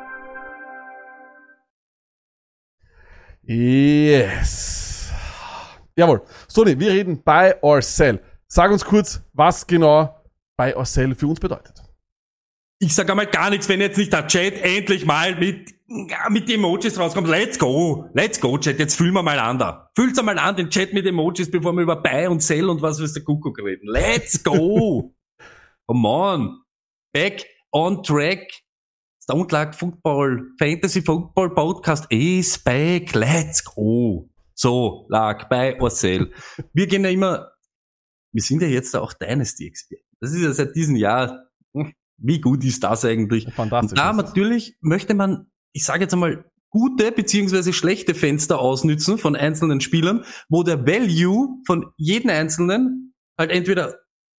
Yes. Jawohl. Stoney, wir reden Buy or Sell. Sag uns kurz, was genau Buy or Sell für uns bedeutet. Ich sag einmal gar nichts, wenn jetzt nicht der Chat endlich mal mit die Emojis rauskommt. Let's go, Chat, jetzt fühlen wir mal an da. Fühlt's einmal an, den Chat mit Emojis, bevor wir über Buy und Sell und was weiß der Kuckuck reden. Let's go. Come on. Back on track. Stone Luck Football, Fantasy Football Podcast is back. Let's go. So, Luck, Buy or Sell. Wir gehen ja immer, wir sind ja jetzt auch Dynasty-Experten. Das ist ja seit diesem Jahr, wie gut ist das eigentlich? Fantastisch. Und da natürlich möchte man, ich sage jetzt einmal, gute beziehungsweise schlechte Fenster ausnützen von einzelnen Spielern, wo der Value von jedem Einzelnen halt entweder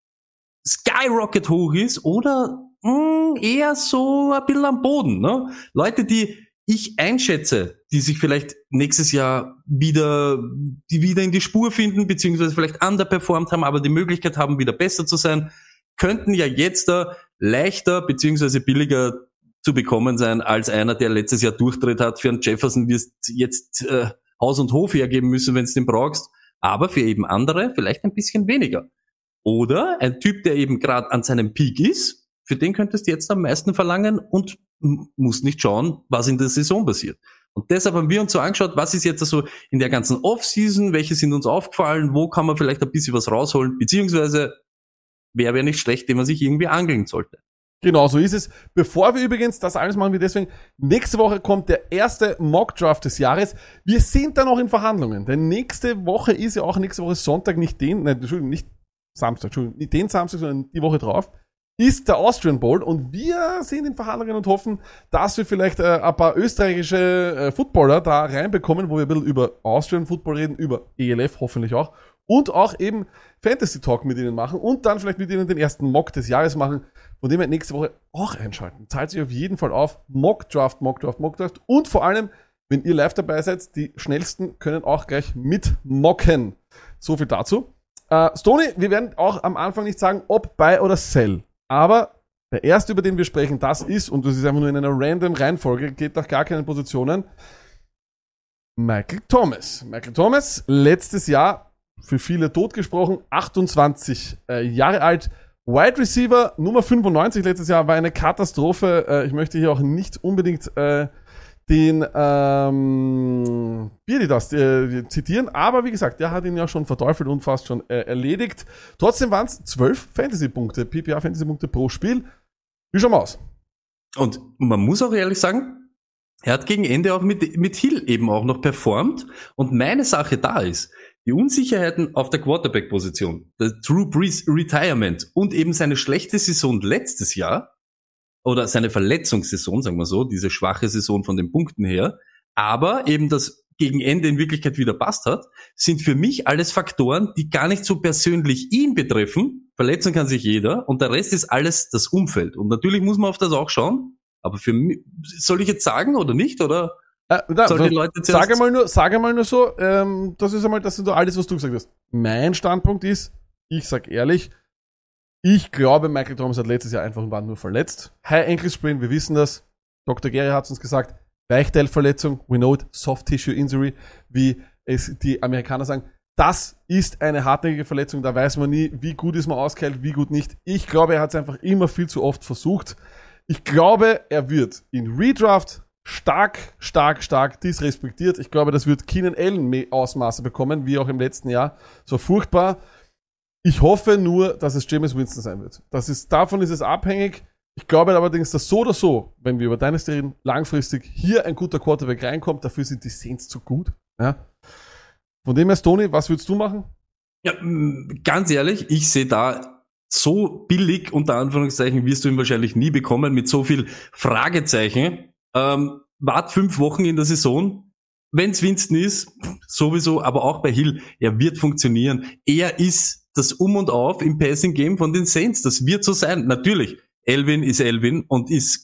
skyrocket hoch ist oder eher so ein bisschen am Boden. Ne? Leute, die ich einschätze, die sich vielleicht nächstes Jahr wieder in die Spur finden, beziehungsweise vielleicht underperformt haben, aber die Möglichkeit haben, wieder besser zu sein, könnten ja jetzt da leichter beziehungsweise billiger zu bekommen sein, als einer, der letztes Jahr Durchtritt hat. Für einen Jefferson wirst jetzt Haus und Hof hergeben müssen, wenn du den brauchst, aber für eben andere vielleicht ein bisschen weniger. Oder ein Typ, der eben gerade an seinem Peak ist, für den könntest du jetzt am meisten verlangen und musst nicht schauen, was in der Saison passiert. Und deshalb haben wir uns so angeschaut, was ist jetzt so in der ganzen Off-Season, welche sind uns aufgefallen, wo kann man vielleicht ein bisschen was rausholen, beziehungsweise wer wäre nicht schlecht, den man sich irgendwie angeln sollte. Genau, so ist es. Bevor wir übrigens das alles machen, wir deswegen, nächste Woche kommt der erste Mock-Draft des Jahres. Wir sind da noch in Verhandlungen, denn nächste Woche ist ja auch nächste Woche Sonntag, nicht den Samstag, sondern die Woche drauf, ist der Austrian Bowl und wir sind in Verhandlungen und hoffen, dass wir vielleicht ein paar österreichische Footballer da reinbekommen, wo wir ein bisschen über Austrian Football reden, über ELF hoffentlich auch und auch eben Fantasy Talk mit ihnen machen und dann vielleicht mit ihnen den ersten Mock des Jahres machen, von dem wir nächste Woche auch einschalten. Zahlt sich auf jeden Fall auf. Mock Draft und vor allem, wenn ihr live dabei seid, die Schnellsten können auch gleich mitmocken. So viel dazu. Stoney, wir werden auch am Anfang nicht sagen, ob Buy oder Sell. Aber der erste, über den wir sprechen, das ist, und das ist einfach nur in einer random Reihenfolge, geht nach gar keinen Positionen, Michael Thomas. Michael Thomas, letztes Jahr für viele totgesprochen, 28 Jahre alt. Wide Receiver Nummer 95 letztes Jahr war eine Katastrophe. Ich möchte hier auch nicht unbedingt den Bielidas zitieren, aber wie gesagt, der hat ihn ja schon verteufelt und fast schon erledigt. Trotzdem waren es 12 Fantasy-Punkte, PPR-Fantasy-Punkte pro Spiel. Wie schauen wir aus? Und man muss auch ehrlich sagen, er hat gegen Ende auch mit Hill eben auch noch performt. Und meine Sache da ist, die Unsicherheiten auf der Quarterback-Position, der Drew Brees Retirement und eben seine schlechte Saison letztes Jahr, oder seine Verletzungssaison, sagen wir so, diese schwache Saison von den Punkten her, aber eben das gegen Ende in Wirklichkeit wieder passt hat, sind für mich alles Faktoren, die gar nicht so persönlich ihn betreffen. Verletzen kann sich jeder und der Rest ist alles das Umfeld. Und natürlich muss man auf das auch schauen, aber für mich, soll ich jetzt sagen oder nicht, oder? Sage mal nur so, das sind so alles, was du gesagt hast. Mein Standpunkt ist, ich sag ehrlich, ich glaube, Michael Thomas hat letztes Jahr einfach und war nur verletzt. High Ankle Sprain, wir wissen das. Dr. Gary hat uns gesagt, Weichteilverletzung, we know it, Soft Tissue Injury, wie es die Amerikaner sagen. Das ist eine hartnäckige Verletzung, da weiß man nie, wie gut ist man ausgeheilt, wie gut nicht. Ich glaube, er hat es einfach immer viel zu oft versucht. Ich glaube, er wird in Redraft stark disrespektiert. Ich glaube, das wird Keenan Allen Ausmaße bekommen, wie auch im letzten Jahr. So furchtbar. Ich hoffe nur, dass es Jameis Winston sein wird. Davon ist es abhängig. Ich glaube allerdings, dass so oder so, wenn wir über Dynasty reden, langfristig hier ein guter Quarterback reinkommt. Dafür sind die Saints zu gut. Ja. Von dem her, Stoney, was würdest du machen? Ja, ganz ehrlich, ich sehe da so billig, unter Anführungszeichen, wirst du ihn wahrscheinlich nie bekommen, mit so viel Fragezeichen. Wart 5 Wochen in der Saison. Wenn's Winston ist, sowieso, aber auch bei Hill, er wird funktionieren. Er ist das Um und Auf im Passing Game von den Saints. Das wird so sein. Natürlich, Elvin ist Elvin und ist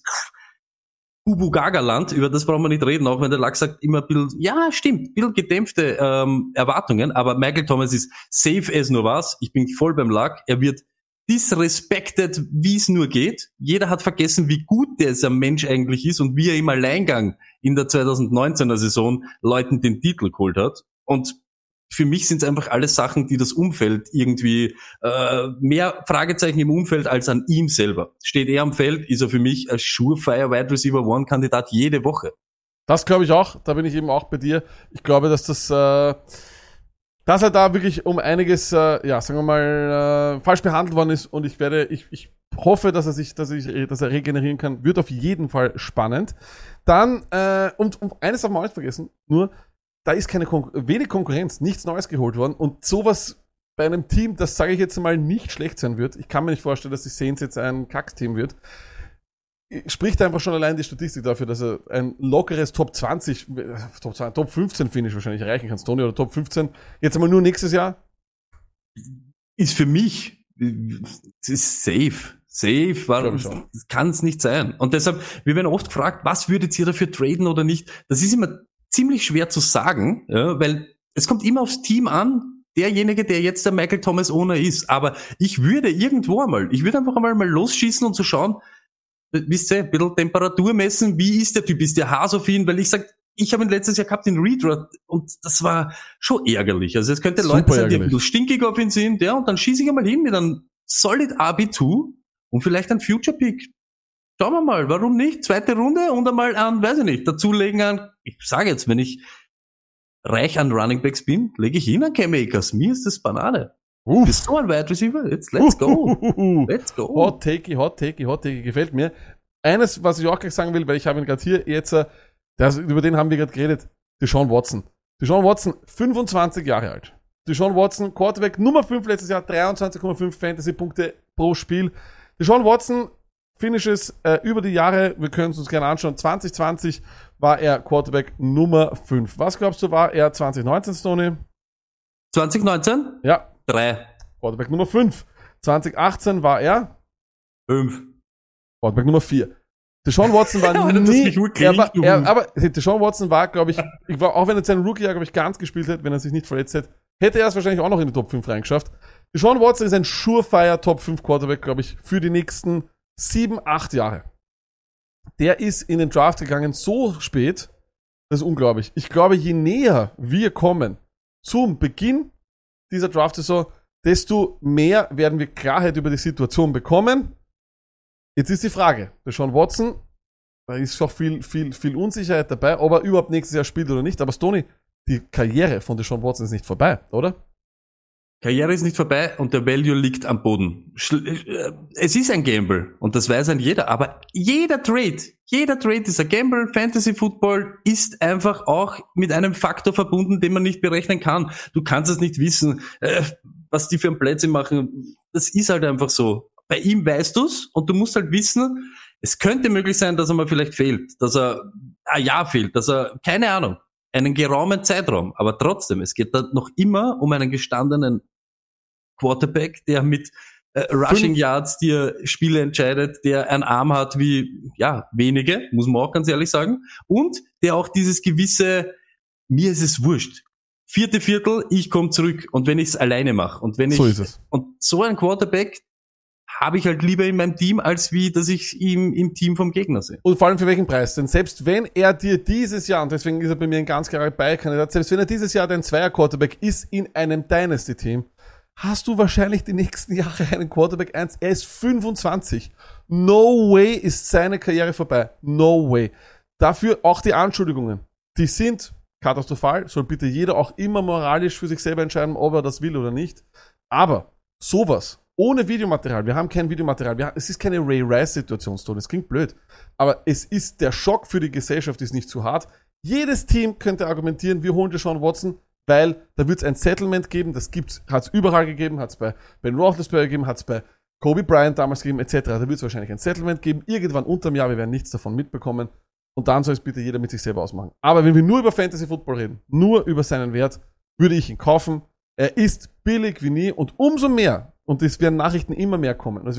Ubu Gaga-Land, über das brauchen wir nicht reden, auch wenn der Lack sagt immer ein bisschen, ja, stimmt, ein bisschen gedämpfte Erwartungen, aber Michael Thomas ist safe as nur was. Ich bin voll beim Lack. Er wird disrespected, wie es nur geht. Jeder hat vergessen, wie gut dieser Mensch eigentlich ist und wie er im Alleingang in der 2019er Saison Leuten den Titel geholt hat. Und für mich sind es einfach alles Sachen, die das Umfeld irgendwie, mehr Fragezeichen im Umfeld als an ihm selber. Steht er am Feld, ist er für mich ein Surefire Wide Receiver One Kandidat jede Woche. Das glaube ich auch, da bin ich eben auch bei dir. Ich glaube, dass dass er da wirklich um einiges, sagen wir mal, falsch behandelt worden ist und ich hoffe, dass er regenerieren kann. Wird auf jeden Fall spannend. Dann, und eines darf man auch nicht vergessen, nur, da ist wenig Konkurrenz, nichts Neues geholt worden und sowas bei einem Team, das sage ich jetzt mal nicht schlecht sein wird. Ich kann mir nicht vorstellen, dass die Saints jetzt ein Kackteam wird. Spricht einfach schon allein die Statistik dafür, dass er ein lockeres Top 20, Top 15 Finish wahrscheinlich erreichen kann, Stoney, oder Top 15. Jetzt einmal nur nächstes Jahr. Ist für mich, es ist safe, das kann es nicht sein. Und deshalb, wir werden oft gefragt, was würdet ihr dafür traden oder nicht? Das ist immer ziemlich schwer zu sagen, ja, weil es kommt immer aufs Team an, derjenige, der jetzt der Michael Thomas Owner ist. Aber ich würde einfach einmal losschießen und zu schauen, wisst ihr, ein bisschen Temperatur messen, wie ist der Typ, ist der Hass auf ihn, weil ich habe ihn letztes Jahr gehabt in Redraft und das war schon ärgerlich. Also es könnte Leute sein, die ein bisschen stinkig auf ihn sind, ja, und dann schieße ich einmal hin mit einem Solid RB2 und vielleicht ein Future Pick. Schauen wir mal, warum nicht? 2. Runde und einmal weiß ich nicht, dazulegen ich sage jetzt, wenn ich reich an Running Backs bin, lege ich ihn an Cam Akers. Mir ist das Banane. Bist du ein Wide Receiver? Jetzt let's go. Let's go. Hot takey, gefällt mir. Eines, was ich auch gleich sagen will, weil ich habe ihn gerade hier jetzt, über den haben wir gerade geredet, Deshaun Watson. Deshaun Watson, 25 Jahre alt. Deshaun Watson, Quarterback Nummer 5 letztes Jahr, 23,5 Fantasy-Punkte pro Spiel. Deshaun Watson, Finishes über die Jahre, wir können es uns gerne anschauen, 2020 war er Quarterback Nummer 5. Was glaubst du, war er 2019, Stoney? 2019? Ja. 3. Quarterback Nummer 5. 2018 war er 5. Quarterback Nummer 4. Deshaun Watson war aber Deshaun Watson war, glaube ich, auch wenn er seinen Rookie-Jahr, glaube ich, ganz gespielt hätte, wenn er sich nicht verletzt hätte, hätte er es wahrscheinlich auch noch in die Top 5 reingeschafft. Deshaun Watson ist ein Surefire Top 5 Quarterback, glaube ich, für die nächsten 7-8 Jahre. Der ist in den Draft gegangen so spät, das ist unglaublich. Ich glaube, je näher wir kommen zum Beginn dieser Draft-Saison, desto mehr werden wir Klarheit über die Situation bekommen. Jetzt ist die Frage, der Sean Watson, da ist schon viel Unsicherheit dabei, ob er überhaupt nächstes Jahr spielt oder nicht. Aber Stoney, die Karriere von Deshaun Watson ist nicht vorbei, oder? Karriere ist nicht vorbei und der Value liegt am Boden. Es ist ein Gamble und das weiß ein jeder, aber jeder Trade ist ein Gamble. Fantasy Football ist einfach auch mit einem Faktor verbunden, den man nicht berechnen kann. Du kannst es nicht wissen, was die für einen Plätze machen. Das ist halt einfach so. Bei ihm weißt du's und du musst halt wissen, es könnte möglich sein, dass er mal vielleicht fehlt, dass er ein Jahr fehlt, dass er, keine Ahnung, einen geraumen Zeitraum. Aber trotzdem, es geht da noch immer um einen gestandenen Quarterback, der mit Rushing Yards dir Spiele entscheidet, der einen Arm hat wie, ja, wenige, muss man auch ganz ehrlich sagen. Und der auch dieses gewisse, mir ist es wurscht. 4. Viertel, ich komme zurück. Und wenn ich es alleine mache. Und wenn So ist es. Und so ein Quarterback habe ich halt lieber in meinem Team, als wie, dass ich ihn im Team vom Gegner sehe. Und vor allem für welchen Preis? Denn selbst wenn er dir dieses Jahr, und deswegen ist er bei mir ein ganz klarer Beikandidat, selbst wenn er dieses Jahr dein Zweier-Quarterback ist in einem Dynasty-Team, hast du wahrscheinlich die nächsten Jahre einen Quarterback 1. Er ist 25. No way ist seine Karriere vorbei. No way. Dafür auch die Anschuldigungen. Die sind katastrophal. Soll bitte jeder auch immer moralisch für sich selber entscheiden, ob er das will oder nicht. Aber sowas ohne Videomaterial, wir haben kein Videomaterial, es ist keine Ray Rice-Situation, das klingt blöd, aber es ist, der Schock für die Gesellschaft ist nicht zu hart. Jedes Team könnte argumentieren, wir holen Deshaun Watson, weil da wird es ein Settlement geben, hat es überall gegeben, hat es bei Ben Roethlisberger gegeben, hat es bei Kobe Bryant damals gegeben, etc. Da wird es wahrscheinlich ein Settlement geben, irgendwann unterm Jahr, wir werden nichts davon mitbekommen und dann soll es bitte jeder mit sich selber ausmachen. Aber wenn wir nur über Fantasy Football reden, nur über seinen Wert, würde ich ihn kaufen. Er ist billig wie nie und umso mehr, und es werden Nachrichten immer mehr kommen,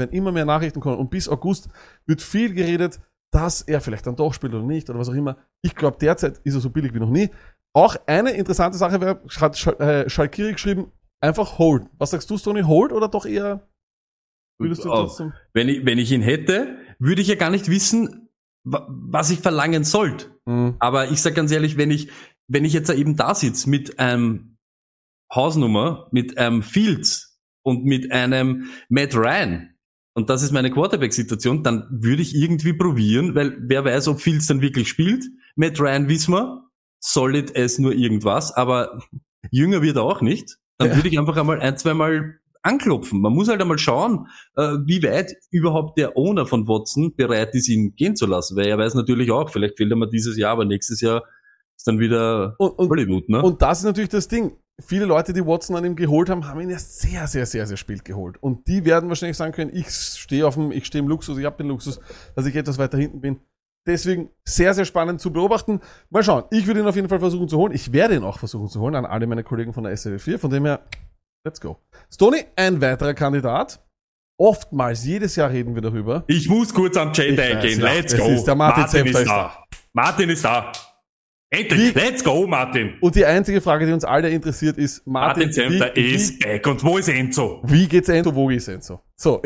und bis August wird viel geredet, dass er vielleicht dann doch spielt oder nicht, oder was auch immer. Ich glaube, derzeit ist er so billig wie noch nie. Auch eine interessante Sache wäre, hat Schalkiri geschrieben, einfach hold. Was sagst du, Stoney, hold oder doch eher, würdest du trotzdem? Wenn ich ihn hätte, würde ich ja gar nicht wissen, was ich verlangen sollte. Aber ich sag ganz ehrlich, wenn ich jetzt eben da sitze mit einem Hausnummer, mit einem Fields und mit einem Matt Ryan, und das ist meine Quarterback-Situation, dann würde ich irgendwie probieren, weil wer weiß, ob Fields dann wirklich spielt. Matt Ryan wissen wir, solid es nur irgendwas, aber jünger wird er auch nicht. Dann würde ich einfach einmal 1-2 Mal anklopfen. Man muss halt einmal schauen, wie weit überhaupt der Owner von Watson bereit ist, ihn gehen zu lassen, weil er weiß natürlich auch, vielleicht fehlt er mal dieses Jahr, aber nächstes Jahr ist dann wieder Hollywood, ne? Und das ist natürlich das Ding. Viele Leute, die Watson an ihm geholt haben, haben ihn erst sehr, sehr, sehr, sehr spät geholt. Und die werden wahrscheinlich sagen können, ich stehe im Luxus, ich habe den Luxus, dass ich etwas weiter hinten bin. Deswegen sehr, sehr spannend zu beobachten. Mal schauen. Ich würde ihn auf jeden Fall versuchen zu holen. Ich werde ihn auch versuchen zu holen an alle meine Kollegen von der SL4. Von dem her, let's go. Stoney, ein weiterer Kandidat. Oftmals, jedes Jahr reden wir darüber. Ich muss kurz am Chat eingehen. Let's go. Ist der Martin ist da. Martin ist da. Endlich. Let's go, Martin. Und die einzige Frage, die uns alle interessiert, ist, Martin Zemter ist back. Und wo ist Enzo? Wie geht's Enzo? Wo ist Enzo? So.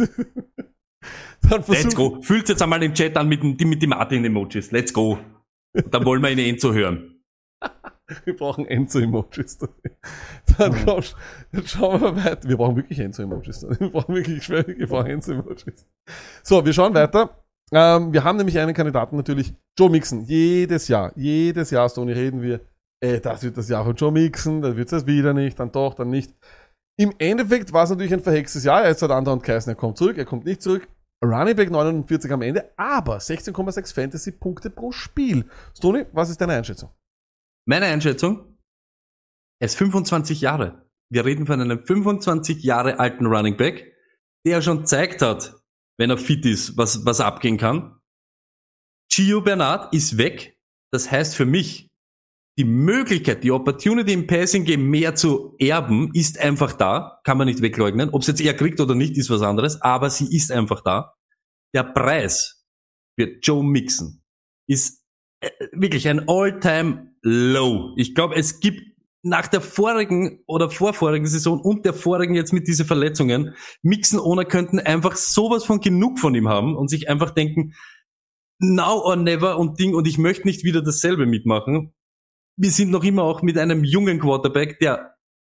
Dann Let's go. Fühlt's jetzt einmal den Chat an mit den Martin-Emojis. Let's go. Und dann wollen wir ihn Enzo hören. Wir brauchen Enzo-Emojis. Dann schauen wir weiter. Wir brauchen wirklich Enzo-Emojis. Wir brauchen Enzo-Emojis. So, wir schauen weiter. Wir haben nämlich einen Kandidaten natürlich, Joe Mixon. Jedes Jahr, Stoney, reden wir, das wird das Jahr von Joe Mixon, dann wird's das wieder nicht, dann doch, dann nicht. Im Endeffekt war es natürlich ein verhextes Jahr. Er ist halt andauernd geheißen, er kommt zurück, er kommt nicht zurück. Running Back 49 am Ende, aber 16,6 Fantasy-Punkte pro Spiel. Stoney, was ist deine Einschätzung? Meine Einschätzung? Er ist 25 Jahre. Wir reden von einem 25 Jahre alten Running Back, der schon gezeigt hat, wenn er fit ist, was abgehen kann. Gio Bernard ist weg. Das heißt für mich, die Möglichkeit, die Opportunity im Passing Game mehr zu erben, ist einfach da. Kann man nicht wegleugnen. Ob es jetzt er kriegt oder nicht, ist was anderes. Aber sie ist einfach da. Der Preis für Joe Mixon ist wirklich ein All-Time-Low. Ich glaube, es gibt nach der vorigen oder vorvorigen Saison und der vorigen jetzt mit diesen Verletzungen, Mixon-Owner könnten einfach sowas von genug von ihm haben und sich einfach denken, now or never und ich möchte nicht wieder dasselbe mitmachen. Wir sind noch immer auch mit einem jungen Quarterback, der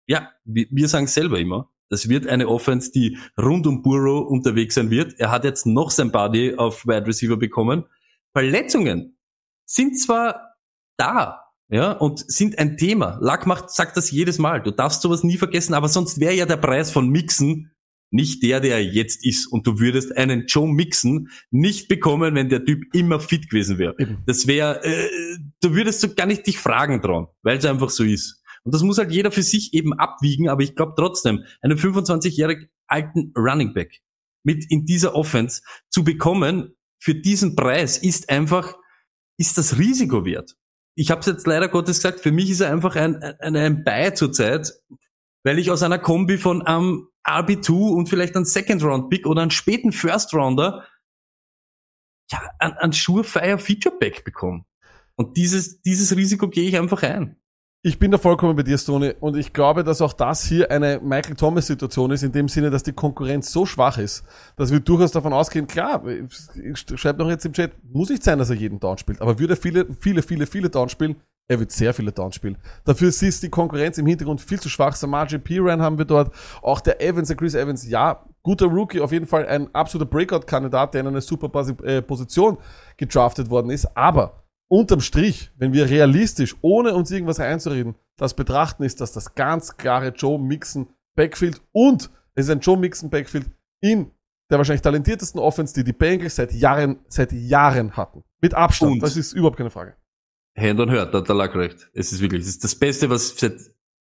Ja, wir sagen selber immer, das wird eine Offense, die rund um Burrow unterwegs sein wird. Er hat jetzt noch sein Buddy auf Wide Receiver bekommen. Verletzungen sind zwar da, ja, und sind ein Thema. Luck sagt das jedes Mal. Du darfst sowas nie vergessen, aber sonst wäre ja der Preis von Mixon nicht der er jetzt ist. Und du würdest einen Joe Mixon nicht bekommen, wenn der Typ immer fit gewesen wäre. Das wäre, du würdest so gar nicht dich fragen dran, weil es einfach so ist. Und das muss halt jeder für sich eben abwiegen, aber ich glaube trotzdem, einen 25-jährigen alten Running Back mit in dieser Offense zu bekommen, für diesen Preis ist das Risiko wert. Ich habe es jetzt leider Gottes gesagt, für mich ist er einfach ein Buy zurzeit, weil ich aus einer Kombi von RB2 und vielleicht einen Second-Round-Pick oder einen späten First-Rounder einen Surefire Feature-Pack bekomme. Und dieses Risiko gehe ich einfach ein. Ich bin da vollkommen bei dir, Stoney, und ich glaube, dass auch das hier eine Michael Thomas-Situation ist, in dem Sinne, dass die Konkurrenz so schwach ist, dass wir durchaus davon ausgehen, klar, ich schreibe noch jetzt im Chat, muss nicht sein, dass er jeden Down spielt, aber würde er viele Down spielen, er wird sehr viele Down spielen. Dafür ist die Konkurrenz im Hintergrund viel zu schwach. Samaje Perine haben wir dort, auch der Chris Evans, ja, guter Rookie, auf jeden Fall ein absoluter Breakout-Kandidat, der in eine super Position gedraftet worden ist, aber unterm Strich, wenn wir realistisch, ohne uns irgendwas einzureden, das betrachten, ist das ganz klare Joe Mixon Backfield und es ist ein Joe Mixon Backfield in der wahrscheinlich talentiertesten Offense, die Bengals seit Jahren hatten. Mit Abstand, und das ist überhaupt keine Frage. Hand on Hurt, da lag recht. Es ist das Beste, was seit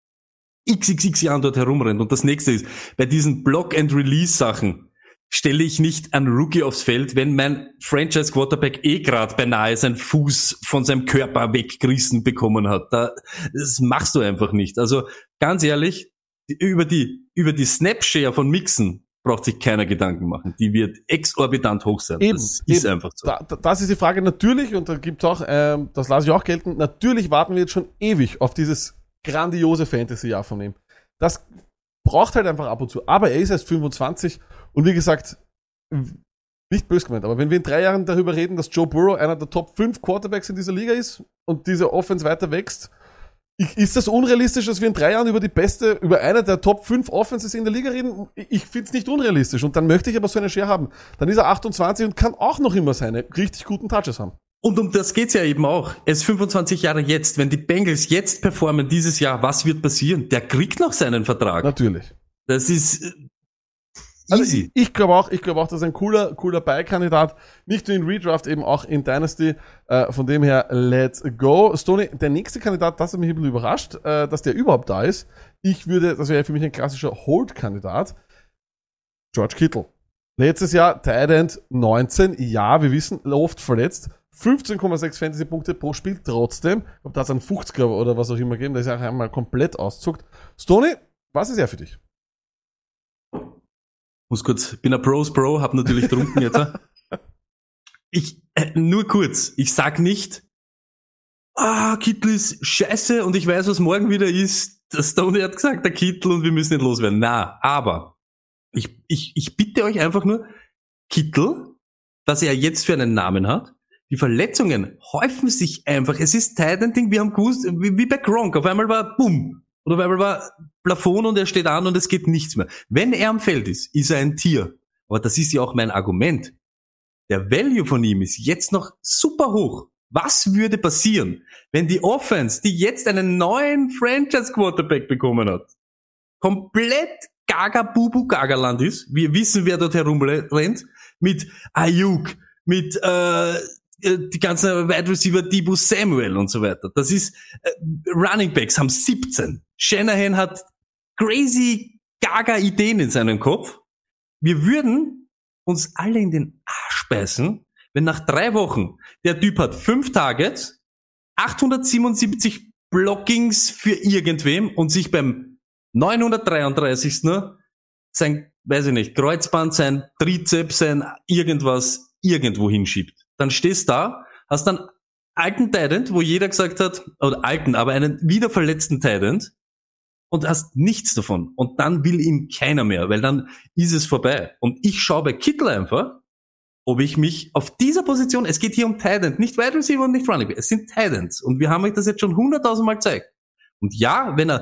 xxx Jahren dort herumrennt. Und das nächste ist, bei diesen Block-and-Release-Sachen stelle ich nicht einen Rookie aufs Feld, wenn mein Franchise-Quarterback gerade beinahe seinen Fuß von seinem Körper weggerissen bekommen hat. Das machst du einfach nicht. Also ganz ehrlich, über die Snap-Share von Mixon braucht sich keiner Gedanken machen. Die wird exorbitant hoch sein. Das ist einfach so. Das ist die Frage natürlich, und da gibt's auch, das lasse ich auch gelten, natürlich warten wir jetzt schon ewig auf dieses grandiose Fantasy-Jahr von ihm. Das braucht halt einfach ab und zu. Aber er ist erst 25 und wie gesagt, nicht böse gemeint, aber wenn wir in 3 Jahren darüber reden, dass Joe Burrow einer der Top 5 Quarterbacks in dieser Liga ist und diese Offense weiter wächst, ist das unrealistisch, dass wir in 3 Jahren über eine der Top 5 Offenses in der Liga reden? Ich finde es nicht unrealistisch. Und dann möchte ich aber so eine Share haben. Dann ist er 28 und kann auch noch immer seine richtig guten Touches haben. Und um das geht's ja eben auch. Er ist 25 Jahre jetzt. Wenn die Bengals jetzt performen dieses Jahr, was wird passieren? Der kriegt noch seinen Vertrag. Natürlich. Das ist easy. Also ich glaube auch, das ist ein cooler Buy-Kandidat. Nicht nur in Redraft, eben auch in Dynasty. Von dem her, let's go. Stoney, der nächste Kandidat, das hat mich ein bisschen überrascht, dass der überhaupt da ist. Das wäre für mich ein klassischer Hold-Kandidat. George Kittle. Letztes Jahr Tight End 19. Ja, wir wissen, oft verletzt. 15,6 Fantasy-Punkte pro Spiel. Trotzdem, ich glaube, da hat es einen 50er oder was auch immer gegeben, der ist ja einmal komplett auszuckt. Stoney, was ist er für dich? Bin ein Bro, hab natürlich trunken jetzt. Nur kurz, ich sag nicht, Kittel ist scheiße und ich weiß, was morgen wieder ist. Der Stoney hat gesagt, der Kittel und wir müssen nicht loswerden. Na, aber ich bitte euch einfach nur, Kittel, dass er jetzt für einen Namen hat, die Verletzungen häufen sich einfach. Es ist Tight-End-Ding, wir haben gewusst, wie bei Gronk, auf einmal war Boom. Oder weil war Plafond und er steht an und es geht nichts mehr. Wenn er am Feld ist er ein Tier. Aber das ist ja auch mein Argument. Der Value von ihm ist jetzt noch super hoch. Was würde passieren, wenn die Offense, die jetzt einen neuen Franchise-Quarterback bekommen hat, komplett Gaga-Bubu-Gaga-Land ist? Wir wissen, wer dort herumrennt. Mit Ayuk, mit die ganzen Wide Receiver, Deebo Samuel und so weiter. Das ist, Running Backs haben 17. Shanahan hat crazy gaga Ideen in seinem Kopf. Wir würden uns alle in den Arsch beißen, wenn nach 3 Wochen der Typ hat 5 Targets, 877 Blockings für irgendwem und sich beim 933. sein, weiß ich nicht, Kreuzband, sein Trizeps, sein irgendwas irgendwo hinschiebt. Dann stehst da, hast einen alten Tight-End, wo jeder gesagt hat, oder alten, aber einen wieder verletzten Tight-End und hast nichts davon. Und dann will ihn keiner mehr, weil dann ist es vorbei. Und ich schaue bei Kittle einfach, ob ich mich auf dieser Position, es geht hier um Tight-End, nicht Wide Receiver und nicht Running Back, es sind Tight-Ends. Und wir haben euch das jetzt schon 100.000 Mal gezeigt. Und ja, wenn er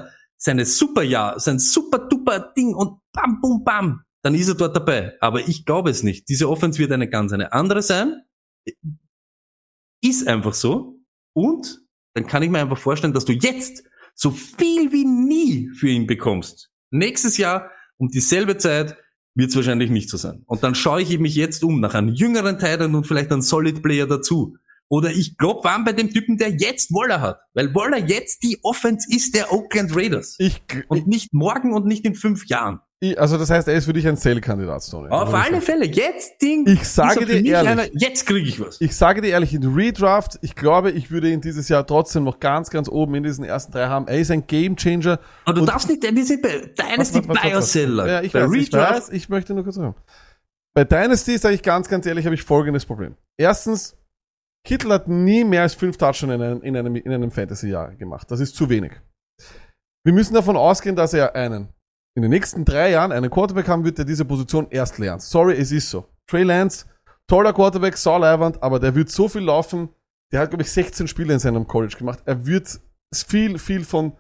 sein super duper Ding und bam, bum, bam, dann ist er dort dabei. Aber ich glaube es nicht. Diese Offense wird eine andere sein. Ist einfach so. Und dann kann ich mir einfach vorstellen, dass du jetzt so viel wie nie für ihn bekommst. Nächstes Jahr um dieselbe Zeit wird es wahrscheinlich nicht so sein. Und dann schaue ich mich jetzt um nach einem jüngeren Titan und vielleicht einen Solid Player dazu. Oder ich glaube, waren bei dem Typen, der jetzt Waller hat. Weil Waller jetzt die Offense ist der Oakland Raiders. Und nicht morgen und nicht in 5 Jahren. Also das heißt, er ist für dich ein Sale-Kandidat, Stoney. Auf alle Fälle. Jetzt Ich sage dir ehrlich. Jetzt kriege ich was. Ich sage dir ehrlich, in Redraft, ich glaube, ich würde ihn dieses Jahr trotzdem noch ganz, ganz oben in diesen ersten 3 haben. Er ist ein Gamechanger. Aber du darfst nicht, wir sind bei Dynasty Bioseller. Ja, ich weiß, ich möchte nur kurz sagen. Bei Dynasty, sage ich ganz, ganz ehrlich, habe ich folgendes Problem. Erstens, Kittle hat nie mehr als 5 Touchdowns in einem Fantasy-Jahr gemacht. Das ist zu wenig. Wir müssen davon ausgehen, dass er in den nächsten 3 Jahren einen Quarterback haben wird, der diese Position erst lernt. Sorry, es ist so. Trey Lance, toller Quarterback, sauleiwand, aber der wird so viel laufen. Der hat, glaube ich, 16 Spiele in seinem College gemacht. Er wird viel von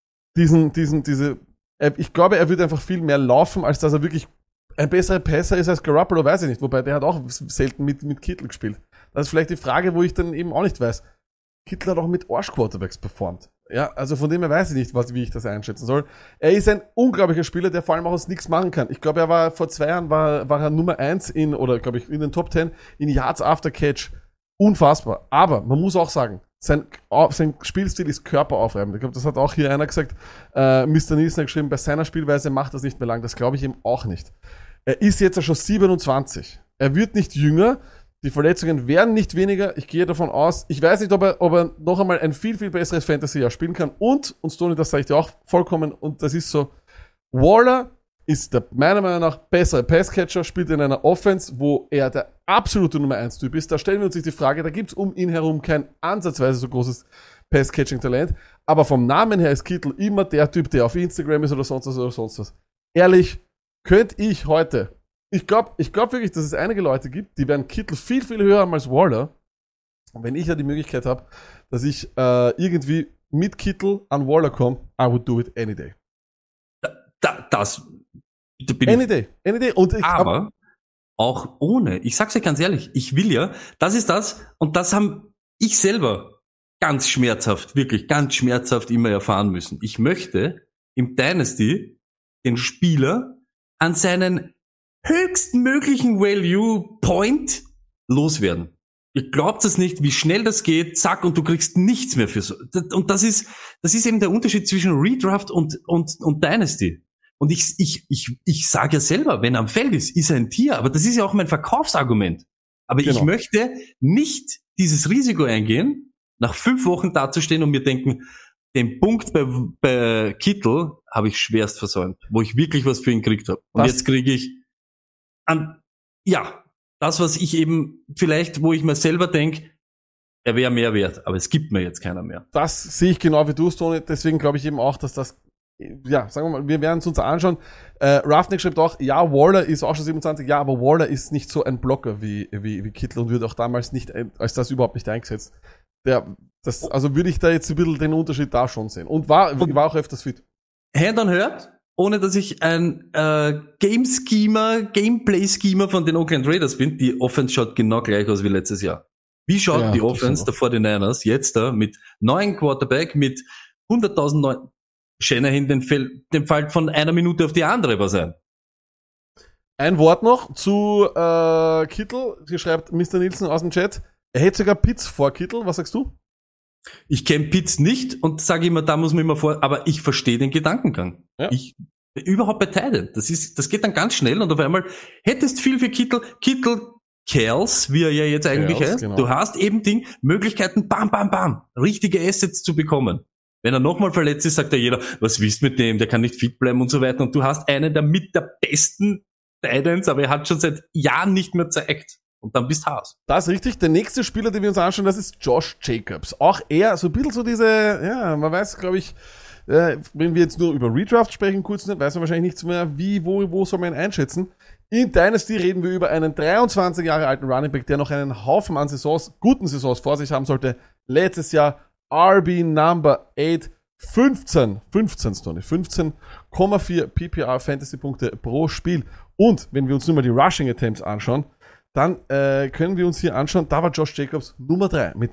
ich glaube, er wird einfach viel mehr laufen, als dass er wirklich ein besserer Passer ist als Garoppolo, weiß ich nicht. Wobei, der hat auch selten mit Kittle gespielt. Das ist vielleicht die Frage, wo ich dann eben auch nicht weiß. Kittle hat auch mit Arsch-Quarterbacks performt. Ja, also von dem her weiß ich nicht, wie ich das einschätzen soll. Er ist ein unglaublicher Spieler, der vor allem auch aus nichts machen kann. Ich glaube, er war vor 2 Jahren war er Nummer 1 in den Top 10 in Yards After Catch. Unfassbar. Aber man muss auch sagen, sein Spielstil ist körperaufreibend. Ich glaube, das hat auch hier einer gesagt, Mr. Nielsen hat geschrieben, bei seiner Spielweise macht das nicht mehr lang. Das glaube ich eben auch nicht. Er ist jetzt schon 27. Er wird nicht jünger. Die Verletzungen werden nicht weniger. Ich gehe davon aus, ich weiß nicht, ob er noch einmal ein viel, viel besseres Fantasy-Jahr spielen kann. Und Stoney, das sage ich dir auch vollkommen, und das ist so, Waller ist der meiner Meinung nach bessere Passcatcher, spielt in einer Offense, wo er der absolute Nummer 1 Typ ist. Da stellen wir uns die Frage, da gibt's um ihn herum kein ansatzweise so großes Pass-Catching-Talent. Aber vom Namen her ist Kittle immer der Typ, der auf Instagram ist oder sonst was. Ehrlich, könnte ich heute... Ich glaube wirklich, dass es einige Leute gibt, die werden Kittle viel, viel höher haben als Waller. Und wenn ich ja die Möglichkeit habe, dass ich irgendwie mit Kittle an Waller komme, I would do it any day. Any day. Und aber auch ohne, ich sag's dir ganz ehrlich, ich will ja, das ist das, und das haben ich selber wirklich ganz schmerzhaft immer erfahren müssen. Ich möchte im Dynasty den Spieler an seinen höchstmöglichen Value Point loswerden. Ihr glaubt es nicht, wie schnell das geht, zack, und du kriegst nichts mehr für so. Und das ist eben der Unterschied zwischen Redraft und Dynasty. Und ich sage ja selber, wenn er am Feld ist er ein Tier, aber das ist ja auch mein Verkaufsargument. Aber Ich möchte nicht dieses Risiko eingehen, nach 5 Wochen dazustehen und mir denken, den Punkt bei Kittle habe ich schwerst versäumt, wo ich wirklich was für ihn gekriegt habe. Und jetzt kriege ich das, was ich eben vielleicht, wo ich mir selber denke, er wäre mehr wert, aber es gibt mir jetzt keiner mehr. Das sehe ich genau wie du, Stoney. Deswegen glaube ich eben auch, dass das, ja, sagen wir mal, wir werden es uns anschauen. Roughneck schreibt auch, ja, Waller ist auch schon 27, ja, aber Waller ist nicht so ein Blocker wie Kittle und wird auch damals nicht, als das überhaupt nicht eingesetzt. Also würde ich da jetzt ein bisschen den Unterschied da schon sehen. Und war auch öfters fit. Hand on Heart, ohne dass ich ein Gameplay-Schemer von den Oakland Raiders bin, die Offense schaut genau gleich aus wie letztes Jahr. Wie schaut die Offense der 49ers jetzt da mit neuen Quarterback, mit 100.000 neuen Shanahan, dem fällt von einer Minute auf die andere was ein. Ein Wort noch zu Kittle. Hier schreibt Mr. Nielsen aus dem Chat, er hätte sogar Pitts vor Kittle. Was sagst du? Ich kenne Pitts nicht und sage immer, da muss man immer vor, aber ich verstehe den Gedankengang. Ja. Überhaupt bei Titan. Das geht dann ganz schnell und auf einmal hättest viel für Kittle Kells, wie er ja jetzt eigentlich heißt. Genau. Du hast eben Möglichkeiten, bam, bam, bam, richtige Assets zu bekommen. Wenn er nochmal verletzt ist, sagt ja jeder, was willst du mit dem, der kann nicht fit bleiben und so weiter. Und du hast einen der besten Titans, aber er hat schon seit Jahren nicht mehr gezeigt. Und dann bist du Haas. Das ist richtig. Der nächste Spieler, den wir uns anschauen, das ist Josh Jacobs. Auch er, so ein bisschen so diese, ja, man weiß, glaube ich, wenn wir jetzt nur über Redraft sprechen, kurz, weiß man wahrscheinlich nichts mehr, wo soll man ihn einschätzen. In Dynasty reden wir über einen 23 Jahre alten Running Back, der noch einen Haufen an guten Saisons vor sich haben sollte. Letztes Jahr RB Number 8 15, Stoney. 15,4 PPR Fantasy-Punkte pro Spiel. Und wenn wir uns nur mal die Rushing Attempts anschauen, dann können wir uns hier anschauen, da war Josh Jacobs Nummer 3 mit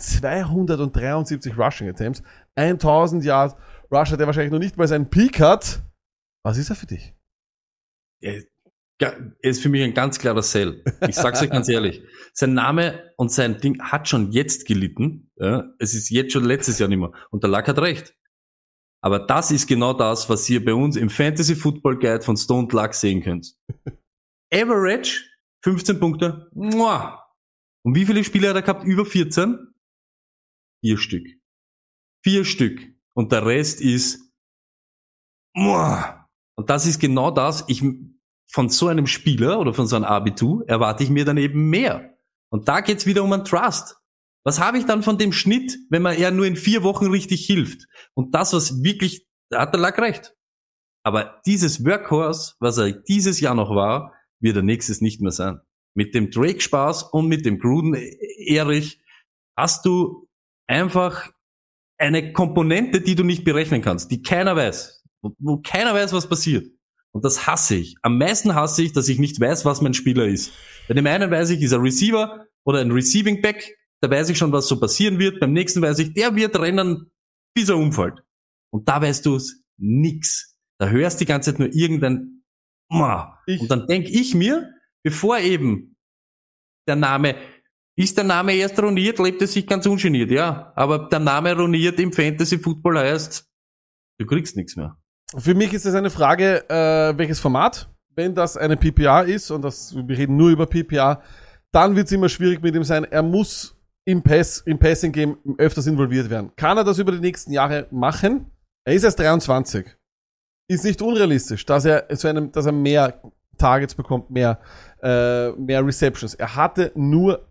273 Rushing Attempts, 1000 Yards Rusher, der wahrscheinlich noch nicht mal seinen Peak hat. Was ist er für dich? Er ist für mich ein ganz klarer Sell. Ich sag's euch ganz ehrlich. Sein Name und sein Ding hat schon jetzt gelitten. Ja, es ist jetzt schon letztes Jahr nicht mehr. Und der Lack hat recht. Aber das ist genau das, was ihr bei uns im Fantasy Football Guide von Stoned Luck sehen könnt. Average 15 Punkte. Muah. Und wie viele Spiele hat er gehabt? Über 14? 4 Stück. 4 Stück. Und der Rest ist muah. Und das ist genau das. Von so einem Spieler oder von so einem RB2 erwarte ich mir dann eben mehr. Und da geht's wieder um einen Trust. Was habe ich dann von dem Schnitt, wenn man eher nur in 4 Wochen richtig hilft? Und das, was wirklich, da hat der Lack recht. Aber dieses Workhorse, was er dieses Jahr noch war, wird er nächstes nicht mehr sein. Mit dem Drake-Spaß und mit dem Gruden-Erich hast du einfach eine Komponente, die du nicht berechnen kannst, die keiner weiß, wo keiner weiß, was passiert. Und das hasse ich. Am meisten hasse ich, dass ich nicht weiß, was mein Spieler ist. Bei dem einen weiß ich, ist er Receiver oder ein Receiving Back, da weiß ich schon, was so passieren wird. Beim nächsten weiß ich, der wird rennen, bis er umfällt. Und da weißt du es nix. Da hörst die ganze Zeit nur irgendein und dann denk ich mir, bevor eben der Name, ist der Name erst ruiniert, lebt es sich ganz ungeniert, ja. Aber der Name ruiniert im Fantasy Football heißt, du kriegst nichts mehr. Für mich ist es eine Frage, welches Format. Wenn das eine PPR ist, und wir reden nur über PPR, dann wird es immer schwierig mit ihm sein. Er muss im Passing-Game öfters involviert werden. Kann er das über die nächsten Jahre machen? Er ist erst 23. Ist nicht unrealistisch, dass er mehr Targets bekommt, mehr Receptions. Er hatte nur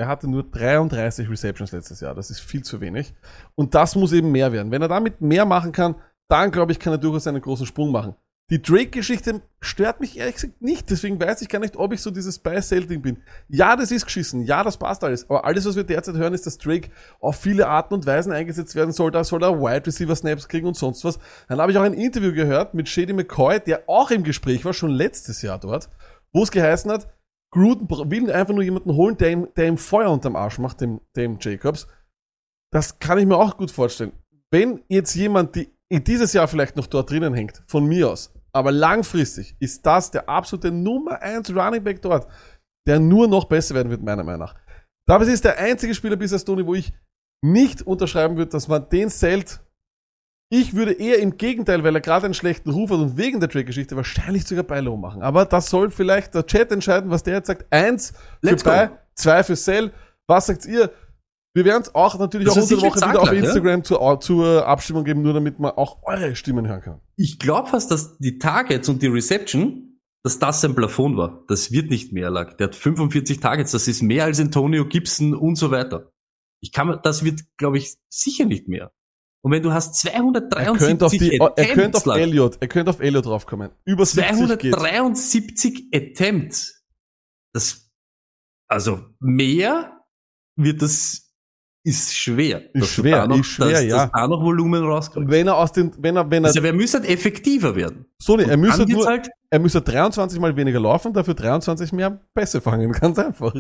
33 Receptions letztes Jahr. Das ist viel zu wenig. Und das muss eben mehr werden. Wenn er damit mehr machen kann, dann glaube ich, kann er durchaus einen großen Sprung machen. Die Drake-Geschichte stört mich ehrlich gesagt nicht. Deswegen weiß ich gar nicht, ob ich so dieses Buy-Sell-Ding bin. Ja, das ist geschissen. Ja, das passt alles. Aber alles, was wir derzeit hören, ist, dass Drake auf viele Arten und Weisen eingesetzt werden soll. Da soll er Wide Receiver Snaps kriegen und sonst was. Dann habe ich auch ein Interview gehört mit Shady McCoy, der auch im Gespräch war, schon letztes Jahr dort, wo es geheißen hat, Gruden will einfach nur jemanden holen, der ihm Feuer unterm Arsch macht, dem Jacobs. Das kann ich mir auch gut vorstellen. Wenn jetzt jemand, die dieses Jahr vielleicht noch dort drinnen hängt, von mir aus, aber langfristig ist das der absolute Nummer 1 Running Back dort, der nur noch besser werden wird, meiner Meinung nach. Aber es ist der einzige Spieler bisher, Stoney, wo ich nicht unterschreiben würde, dass man den zählt. Ich würde eher im Gegenteil, weil er gerade einen schlechten Ruf hat und wegen der Trade-Geschichte wahrscheinlich sogar bei Low machen. Aber das soll vielleicht der Chat entscheiden, was der jetzt sagt. 1 für Buy, 2 für Sell. Was sagt ihr? Wir werden es auch natürlich auch unter der Woche wieder auf Instagram zur Abstimmung geben, nur damit man auch eure Stimmen hören kann. Ich glaube fast, dass die Targets und die Reception, dass das sein Plafond war. Das wird nicht mehr, Lack. Der hat 45 Targets, das ist mehr als Antonio Gibson und so weiter. Das wird, glaube ich, sicher nicht mehr. Und wenn du hast 273 er könnte auf Elliott draufkommen. Über 273 Attempts. Also mehr wird das, ist schwer. Dass da noch Volumen rauskommt. Wer müsste halt effektiver werden. Sony, er müsste 23 mal weniger laufen, dafür 23 mehr Pässe fangen. Ganz einfach.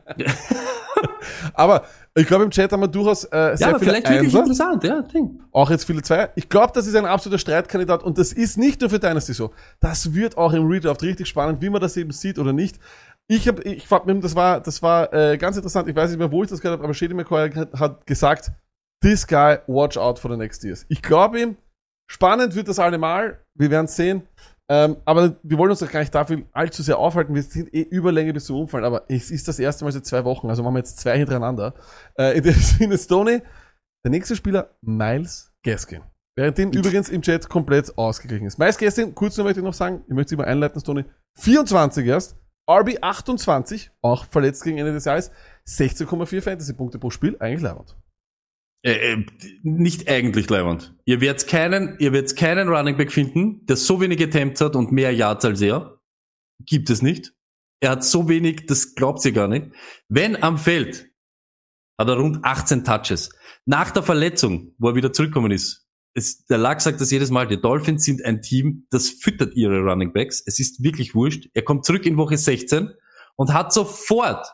Aber ich glaube, im Chat haben wir durchaus sehr viele vielleicht Einser. Wirklich interessant, ja. Ding. Auch jetzt viele Zweier. Ich glaube, das ist ein absoluter Streitkandidat und das ist nicht nur für Dynasty so. Das wird auch im Redraft richtig spannend, wie man das eben sieht oder nicht. Das war ganz interessant. Ich weiß nicht mehr, wo ich das gehört habe, aber Shady McCoy hat gesagt, this guy, watch out for the next years. Ich glaube ihm, spannend wird das allemal. Wir werden es sehen. Aber wir wollen uns doch gar nicht dafür allzu sehr aufhalten. Wir sind Überlänge bis zum Umfallen. Aber es ist das erste Mal seit 2 Wochen. Also machen wir jetzt 2 hintereinander. In dem Sinne, Stoney, der nächste Spieler, Myles Gaskin. Während dem übrigens im Chat komplett ausgeglichen ist. Myles Gaskin, kurz noch möchte ich noch sagen, ich möchte Sie mal einleiten, Stoney, 24 erst. RB 28, auch verletzt gegen Ende des Jahres, 16,4 Fantasy-Punkte pro Spiel, eigentlich leibend. Nicht eigentlich leibend. Ihr werdet keinen Running Back finden, der so wenige Attempts hat und mehr Yards als er. Gibt es nicht. Er hat so wenig, das glaubt ihr gar nicht. Wenn am Feld, hat er rund 18 Touches. Nach der Verletzung, wo er wieder zurückgekommen ist, der Luck sagt das jedes Mal, die Dolphins sind ein Team, das füttert ihre Running Backs. Es ist wirklich wurscht. Er kommt zurück in Woche 16 und hat sofort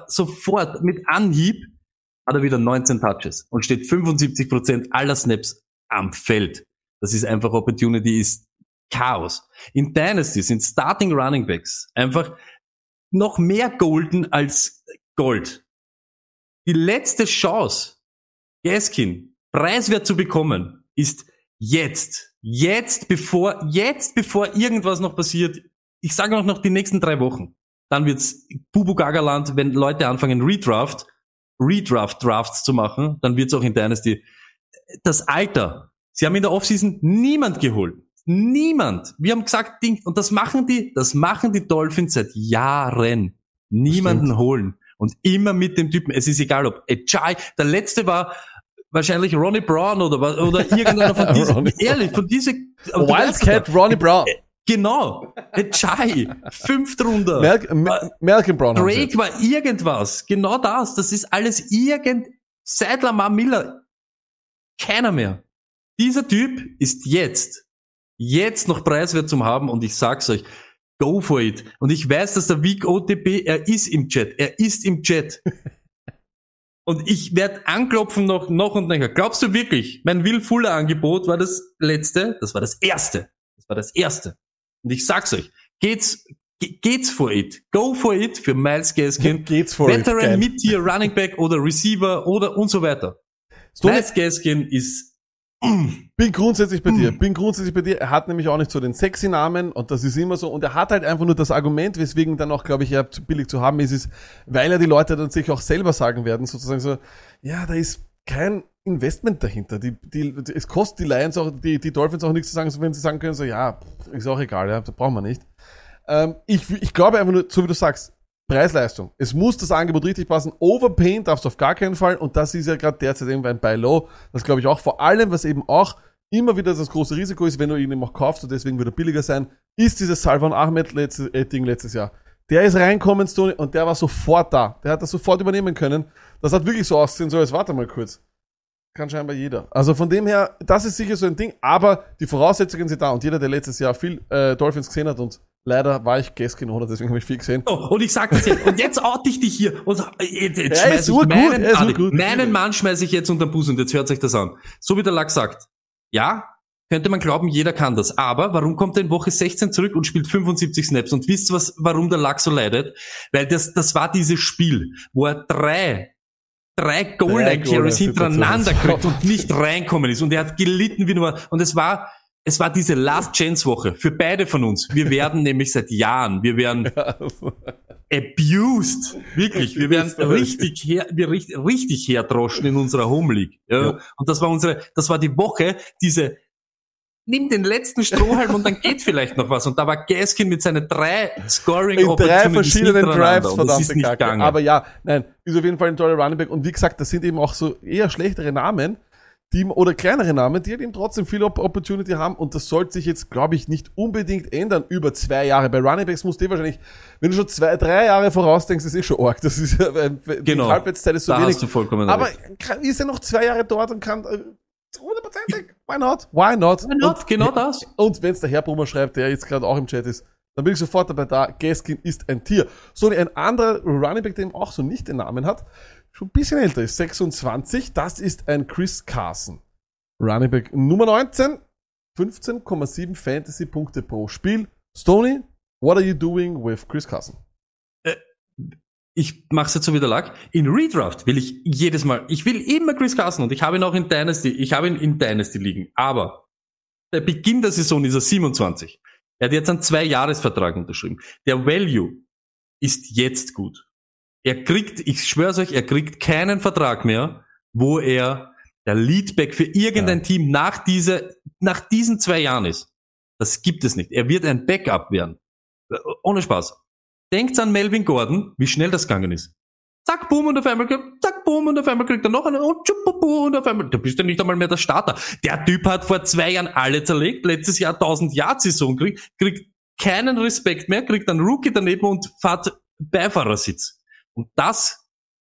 mit Anhieb hat er wieder 19 Touches und steht 75% aller Snaps am Feld. Das ist einfach Opportunity, ist Chaos. In Dynasty sind Starting Running Backs einfach noch mehr golden als Gold. Die letzte Chance, Gaskin preiswert zu bekommen, ist jetzt, bevor irgendwas noch passiert. Ich sage auch noch die nächsten 3 Wochen. Dann wird's Bubu-Gaga-Land, wenn Leute anfangen Redraft-Drafts zu machen, dann wird's auch in Dynasty. Das Alter. Sie haben in der Offseason niemand geholt. Niemand. Wir haben gesagt, und das machen die Dolphins seit Jahren. Niemanden holen. Und immer mit dem Typen. Es ist egal, ob Ejai, der letzte war wahrscheinlich Ronnie Brown oder irgendeiner von diesen. Ehrlich, von diesen. Wildcat Ronnie Brown. Genau. Ejai. 5. Runde. Malcolm Brown. Drake war irgendwas. Genau das. Das ist alles seit Lamar Miller. Keiner mehr. Dieser Typ ist jetzt noch preiswert zum haben und ich sag's euch, go for it. Und ich weiß, dass der Vic OTP, er ist im Chat. Und ich werde anklopfen noch und nachher. Glaubst du wirklich, mein Will Fuller Angebot war das letzte? Das war das erste. Und ich sag's euch, geht's for it. Go for it für Myles Gaskin. Geht's for Veteran, it. Mid-Tier, Running Back oder Receiver oder und so weiter. Myles Gaskin ist Bin grundsätzlich bei dir. Er hat nämlich auch nicht so den sexy Namen und das ist immer so. Und er hat halt einfach nur das Argument, weswegen dann auch, glaube ich, er billig zu haben ist, weil er die Leute dann sich auch selber sagen werden, sozusagen so, ja, da ist kein Investment dahinter. Es kostet die Lions auch, die Dolphins auch nichts zu sagen, so wenn sie sagen können, so, ja, ist auch egal, ja, das brauchen wir nicht. Ich glaube einfach nur, so wie du sagst, Preis-Leistung. Es muss das Angebot richtig passen. Overpayen darfst du auf gar keinen Fall. Und das ist ja gerade derzeit eben ein Buy Low. Das glaube ich auch vor allem, was eben auch immer wieder das große Risiko ist, wenn du ihn eben auch kaufst und deswegen wird er billiger sein, ist dieses Salvan Ahmed Ding letztes Jahr. Der ist reinkommen, Stoney, und der war sofort da. Der hat das sofort übernehmen können. Das hat wirklich so ausgesehen, so als warte mal kurz. Kann scheinbar jeder. Also von dem her, das ist sicher so ein Ding, aber die Voraussetzungen sind da und jeder, der letztes Jahr viel Dolphins gesehen hat und leider war ich Gaskin oder deswegen habe ich viel gesehen. Oh, und ich sag das jetzt. Und jetzt oute ich dich hier. Und jetzt ist urgut. Meinen Mann schmeiße ich jetzt unter den Bus und jetzt hört sich das an. So wie der Lack sagt. Ja, könnte man glauben, jeder kann das. Aber warum kommt er in Woche 16 zurück und spielt 75 Snaps? Und wisst ihr, warum der Lack so leidet? Weil das war dieses Spiel, wo er drei Goal-Line-Carries hintereinander kriegt und nicht reinkommen ist. Und er hat gelitten wie nur. Und es war diese Last-Chance-Woche für beide von uns. Wir werden nämlich seit Jahren, abused. Wirklich. Wir werden richtig herdroschen in unserer Home League. Ja. Und das war die Woche, nimm den letzten Strohhalm und dann geht vielleicht noch was. Und da war Gaskin mit seinen 3 Scoring-Opportunities in 3 verschiedenen Drives, verdammte Kacke. Aber ja, nein, ist auf jeden Fall ein toller Running Back. Und wie gesagt, das sind eben auch so eher schlechtere Namen, oder kleinere Namen, die halt eben trotzdem viel Opportunity haben. Und das sollte sich jetzt, glaube ich, nicht unbedingt ändern über 2 Jahre. Bei Running Backs musst du wahrscheinlich, wenn du schon 2-3 Jahre vorausdenkst, ist schon arg. Das ist ja, die Halbwertszeit ist so da wenig. Hast du vollkommen aber recht. ist er noch 2 Jahre dort und kann 100%? Why not? Und genau das. Und wenn es der Herr Brummer schreibt, der jetzt gerade auch im Chat ist, dann bin ich sofort dabei da. Gaskin ist ein Tier. So, ein anderer Running Back, der eben auch so nicht den Namen hat, schon ein bisschen älter ist, 26, das ist ein Chris Carson. Running Back Nummer 19, 15,7 Fantasy-Punkte pro Spiel. Stoney, what are you doing with Chris Carson? Ich mach's jetzt so wie der Lack. In Redraft will ich immer Chris Carson und ich habe ihn auch in Dynasty liegen. Aber der Beginn der Saison ist er 27. Er hat jetzt einen 2-Jahres-Vertrag unterschrieben. Der Value ist jetzt gut. Ich schwör's euch, er kriegt keinen Vertrag mehr, wo er der Leadback für irgendein Team nach diesen 2 Jahren ist. Das gibt es nicht. Er wird ein Backup werden. Ohne Spaß. Denkt an Melvin Gordon, wie schnell das gegangen ist. Zack, boom, und auf einmal kriegt er noch einen und auf einmal, da bist du nicht einmal mehr der Starter. Der Typ hat vor 2 Jahren alle zerlegt, letztes Jahr 1000-Yard-Saison, kriegt keinen Respekt mehr, kriegt einen Rookie daneben und fährt Beifahrersitz. Und das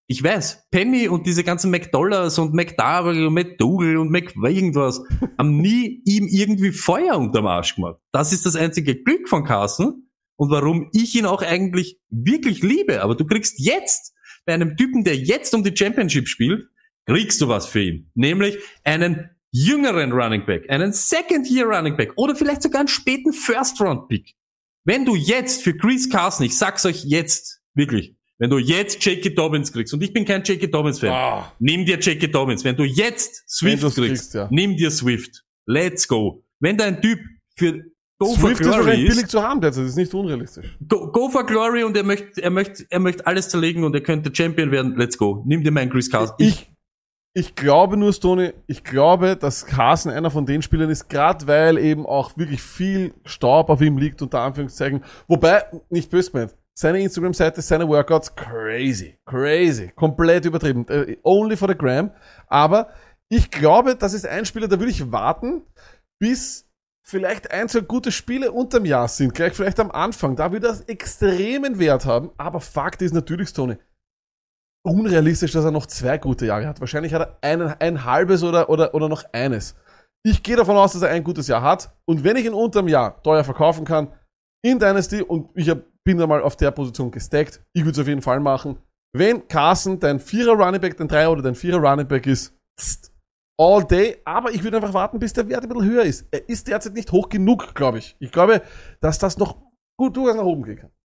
Ich weiß, Penny und diese ganzen McDollars und McDowell und McDougal und irgendwas haben nie ihm irgendwie Feuer unterm Arsch gemacht. Das ist das einzige Glück von Carson und warum ich ihn auch eigentlich wirklich liebe. Aber du kriegst jetzt, bei einem Typen, der jetzt um die Championship spielt, kriegst du was für ihn. Nämlich einen jüngeren Running Back, einen Second-Year Running Back oder vielleicht sogar einen späten First-Round-Pick. Wenn du jetzt für Chris Carson, ich sag's euch jetzt, wirklich, wenn du jetzt J.K. Dobbins kriegst, und ich bin kein J.K. Dobbins-Fan, nimm dir J.K. Dobbins. Wenn du jetzt Swift kriegst, ja. nimm dir Swift. Let's go. Wenn da ein Typ für Go Swift for ist Glory wahrscheinlich ist, billig zu haben, das ist nicht unrealistisch. go for Glory und er möchte alles zerlegen und er könnte Champion werden, let's go. Nimm dir meinen Chris Carson. Ich glaube nur, Stoney, dass Carson einer von den Spielern ist, gerade weil eben auch wirklich viel Staub auf ihm liegt, unter Anführungszeichen. Wobei, nicht böse gemeint, seine Instagram-Seite, seine Workouts, crazy, komplett übertrieben, only for the gram. Aber ich glaube, das ist ein Spieler, da würde ich warten, bis vielleicht ein, zwei gute Spiele unterm Jahr sind, gleich vielleicht am Anfang, da würde das extremen Wert haben. Aber Fakt ist natürlich, Stoney, unrealistisch, dass er noch 2 gute Jahre hat. Wahrscheinlich hat er ein halbes oder noch eines. Ich gehe davon aus, dass er ein gutes Jahr hat. Und wenn ich ihn unterm Jahr teuer verkaufen kann, in Dynasty, und ich bin da mal auf der Position gestackt, ich würde es auf jeden Fall machen. Wenn Carson dein 4er Running Back, dein 3er oder dein 4er Running Back ist, all day, aber ich würde einfach warten, bis der Wert ein bisschen höher ist. Er ist derzeit nicht hoch genug, glaube ich. Ich glaube, dass das noch gut durchaus nach oben gehen kann.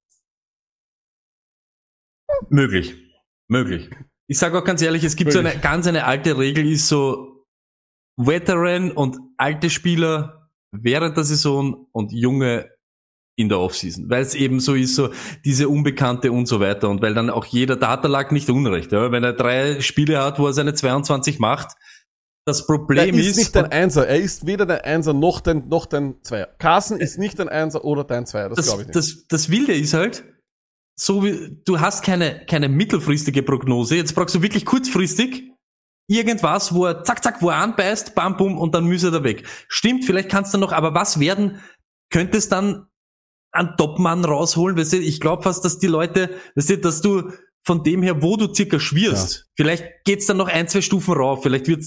Möglich. Ich sage auch ganz ehrlich, es gibt Möglich. so eine alte Regel, ist so Veteran und alte Spieler während der Saison und junge in der Offseason, weil es eben so ist, so diese Unbekannte und so weiter und weil dann auch jeder Data lag nicht unrecht, ja? Wenn er 3 Spiele hat, wo er seine 22 macht, das Problem ist nicht dein Einser, er ist weder dein Einser noch dein Zweier. Carson ist nicht dein Einser oder dein Zweier, das glaube ich nicht. Das Wilde ist halt, so wie, du hast keine mittelfristige Prognose, jetzt brauchst du wirklich kurzfristig irgendwas, wo er zack, wo er anbeißt, bam, bum, und dann müsste er da weg. Stimmt, vielleicht kannst du noch, aber was werden, könnte es dann einen Topmann rausholen? Weißt du, ich glaube fast, dass die Leute, weißt du, dass du von dem her, wo du circa schwirrst, vielleicht geht's dann noch 1, 2 Stufen rauf, vielleicht wird's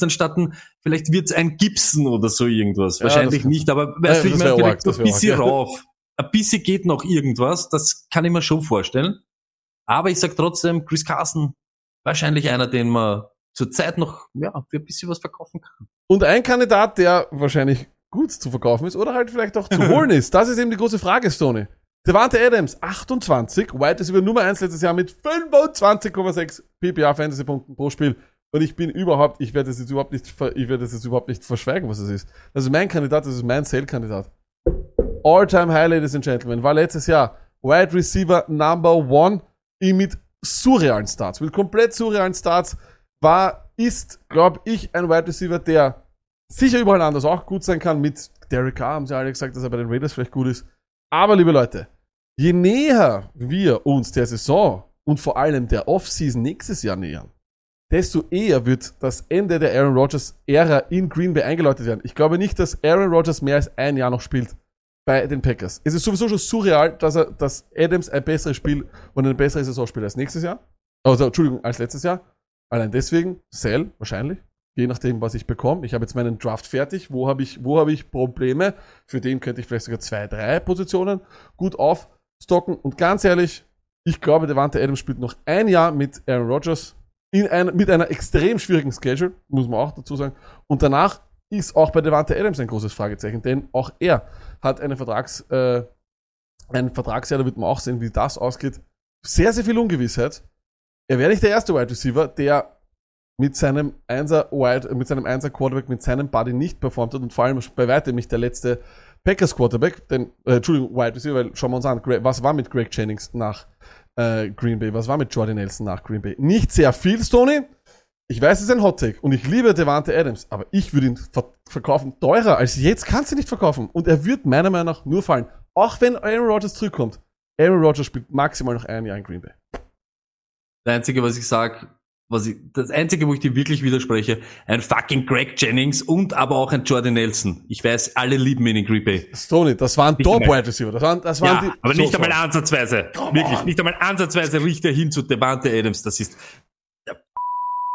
ein Gibson oder so irgendwas. Ja, wahrscheinlich nicht, aber weißt du, ich meine, vielleicht noch ein bisschen rauf. Ein bisschen geht noch irgendwas, das kann ich mir schon vorstellen. Aber ich sag trotzdem, Chris Carson, wahrscheinlich einer, den man zurzeit noch, für ein bisschen was verkaufen kann. Und ein Kandidat, der wahrscheinlich gut zu verkaufen ist oder halt vielleicht auch zu holen ist, das ist eben die große Frage, Stoney. Davante Adams, 28, Wide Receiver Nummer 1 letztes Jahr mit 25,6 PPA-Fantasy-Punkten pro Spiel. Und ich werde das jetzt überhaupt nicht verschweigen, was es ist. Das ist mein Kandidat, das ist mein Sale-Kandidat. All-time High, Ladies and Gentlemen, war letztes Jahr Wide Receiver Number 1 mit surrealen Starts, mit komplett surrealen Starts, ist, glaube ich, ein Wide Receiver, der sicher überall anders auch gut sein kann. Mit Derek Carr haben sie alle gesagt, dass er bei den Raiders vielleicht gut ist. Aber, liebe Leute, je näher wir uns der Saison und vor allem der Offseason nächstes Jahr nähern, desto eher wird das Ende der Aaron Rodgers-Ära in Green Bay eingeläutet werden. Ich glaube nicht, dass Aaron Rodgers mehr als ein Jahr noch spielt bei den Packers. Es ist sowieso schon surreal, dass Adams ein besseres Spiel und eine bessere Saison spielt als nächstes Jahr. Also, als letztes Jahr. Allein deswegen, Sell, wahrscheinlich. Je nachdem, was ich bekomme. Ich habe jetzt meinen Draft fertig. Wo habe ich Probleme? Für den könnte ich vielleicht sogar 2, 3 Positionen gut aufstocken. Und ganz ehrlich, ich glaube, Davante Adams spielt noch ein Jahr mit Aaron Rodgers mit einer extrem schwierigen Schedule, muss man auch dazu sagen. Und danach ist auch bei Davante Adams ein großes Fragezeichen, denn auch er hat einen Vertragsjahr, da wird man auch sehen, wie das ausgeht. Sehr, sehr viel Ungewissheit. Er wäre nicht der erste Wide Receiver, der mit seinem Einser Quarterback, mit seinem Body nicht performt hat und vor allem bei weitem nicht der letzte Packers Quarterback, denn, Wide Receiver, weil schauen wir uns an, was war mit Greg Jennings nach Green Bay, was war mit Jordy Nelson nach Green Bay? Nicht sehr viel, Stoney. Ich weiß, es ist ein Hot Take und ich liebe Davante Adams, aber ich würde ihn verkaufen teurer als jetzt, kannst du nicht verkaufen. Und er wird meiner Meinung nach nur fallen. Auch wenn Aaron Rodgers zurückkommt. Aaron Rodgers spielt maximal noch ein Jahr in Green Bay. Das Einzige, wo ich dir wirklich widerspreche, ein fucking Greg Jennings und aber auch ein Jordy Nelson. Ich weiß, alle lieben ihn in Green Bay. Stoney, das waren Top-Wide Receiver. Das waren die, aber nicht einmal ansatzweise. Wirklich, nicht einmal ansatzweise riecht er hin zu Davante Adams. Das ist,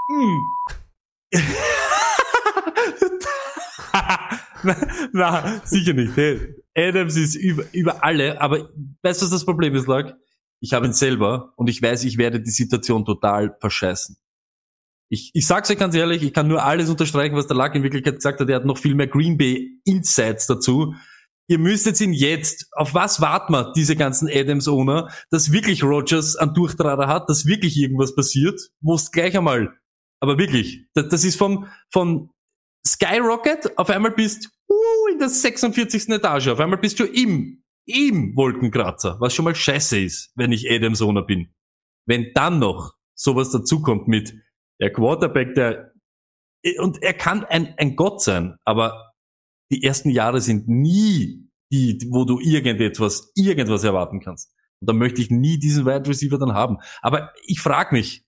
Na, sicher nicht. Hey, Adams ist über alle, aber weißt du, was das Problem ist, Lark? Ich habe ihn selber und ich weiß, ich werde die Situation total verscheißen. Ich sag's euch ganz ehrlich, ich kann nur alles unterstreichen, was der Lark in Wirklichkeit gesagt hat. Er hat noch viel mehr Green Bay Insights dazu. Ihr müsstet ihn jetzt, auf was warten wir, diese ganzen Adams-Owner, dass wirklich Rodgers einen Durchtrader hat, dass wirklich irgendwas passiert, wo es gleich einmal, aber wirklich, das ist von Skyrocket, auf einmal bist in der 46. Etage, auf einmal bist du im Wolkenkratzer, was schon mal scheiße ist, wenn ich Adams-Owner bin. Wenn dann noch sowas dazukommt mit der Quarterback, und er kann ein Gott sein, aber die ersten Jahre sind nie die, wo du irgendwas erwarten kannst. Und da möchte ich nie diesen Wide Receiver dann haben. Aber ich frag mich,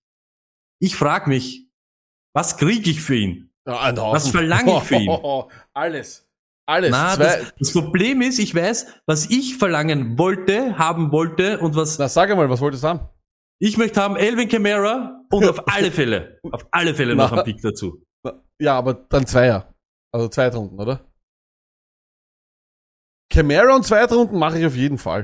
was kriege ich für ihn? Was verlange ich für ihn? Alles. Na, das Problem ist, ich weiß, was ich haben wollte und was... Na, sag einmal, was wolltest du haben? Ich möchte haben Alvin Kamara und auf alle Fälle noch einen Pick dazu. Ja, aber dann Zweier. Also Zweitrunden, oder? Kamara und Zweitrunden mache ich auf jeden Fall.